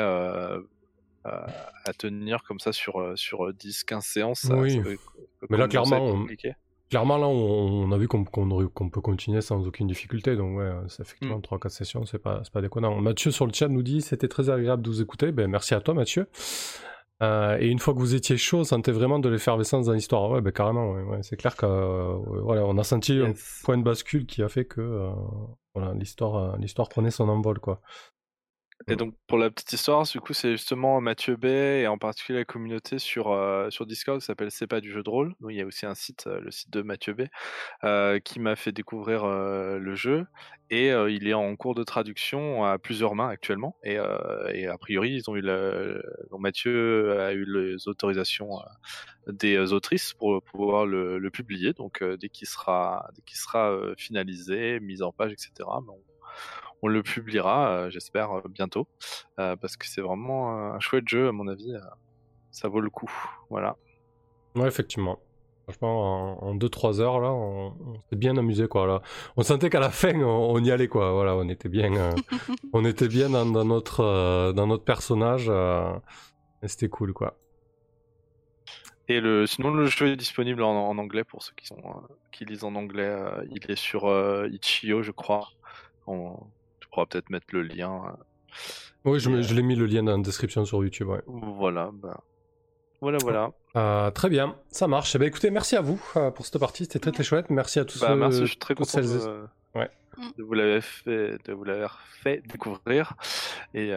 Speaker 2: à tenir comme ça sur 10-15 séances, ça
Speaker 1: Oui,
Speaker 2: peut
Speaker 1: mais là
Speaker 2: commencer à être
Speaker 1: clairement,
Speaker 2: compliqué.
Speaker 1: Clairement, là, on a vu qu'on peut continuer sans aucune difficulté. Donc, ouais, c'est effectivement 3-4 sessions, c'est pas déconnant. Mathieu sur le chat nous dit c'était très agréable de vous écouter. Ben, merci à toi, Mathieu. Et une fois que vous étiez chaud, sentez vraiment de l'effervescence dans l'histoire. Ouais, ben, carrément, ouais, c'est clair voilà, on a senti un point de bascule qui a fait que voilà, l'histoire prenait son envol, quoi.
Speaker 2: Et donc pour la petite histoire, du coup c'est justement Mathieu B et en particulier la communauté sur Discord qui s'appelle C'est pas du jeu de rôle. Donc il y a aussi un site, le site de Mathieu B, qui m'a fait découvrir le jeu et il est en cours de traduction à plusieurs mains actuellement et a priori ils ont eu donc Mathieu a eu les autorisations des autrices pour pouvoir le publier. Donc dès qu'il sera finalisé, mis en page, etc. Mais on le publiera, j'espère, bientôt, parce que c'est vraiment un chouette jeu, à mon avis, ça vaut le coup, voilà.
Speaker 1: Ouais, effectivement. Franchement, en 2-3 heures, là, on s'est bien amusé, quoi. Là. On sentait qu'à la fin, on y allait, quoi. Voilà, on était bien, dans notre personnage, et c'était cool, quoi.
Speaker 2: Et sinon, le jeu est disponible en anglais pour ceux qui lisent en anglais. Il est sur Itch.io, je crois. Tu pourras peut-être mettre le lien.
Speaker 1: Oui, je l'ai mis le lien dans la description sur YouTube, ouais.
Speaker 2: Voilà, voilà.
Speaker 1: Très bien, ça marche. Eh bien, écoutez, merci à vous pour cette partie, c'était très très chouette. Merci à tous.
Speaker 2: Merci, je suis très content
Speaker 1: ouais.
Speaker 2: de vous l'avoir fait découvrir. Et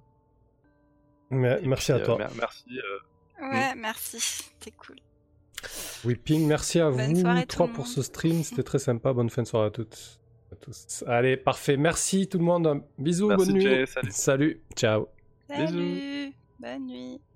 Speaker 1: merci à toi.
Speaker 2: Merci.
Speaker 3: Ouais, merci, c'était cool.
Speaker 1: Whipping, merci à
Speaker 3: Bonne
Speaker 1: vous
Speaker 3: soirée,
Speaker 1: trois pour ce stream, c'était très sympa. Bonne fin de soirée à toutes. À tous. Allez, parfait. Merci tout le monde. Bisous,
Speaker 2: Merci,
Speaker 1: bonne nuit.
Speaker 2: Jay, salut.
Speaker 1: Salut, ciao.
Speaker 3: Salut, bonne nuit.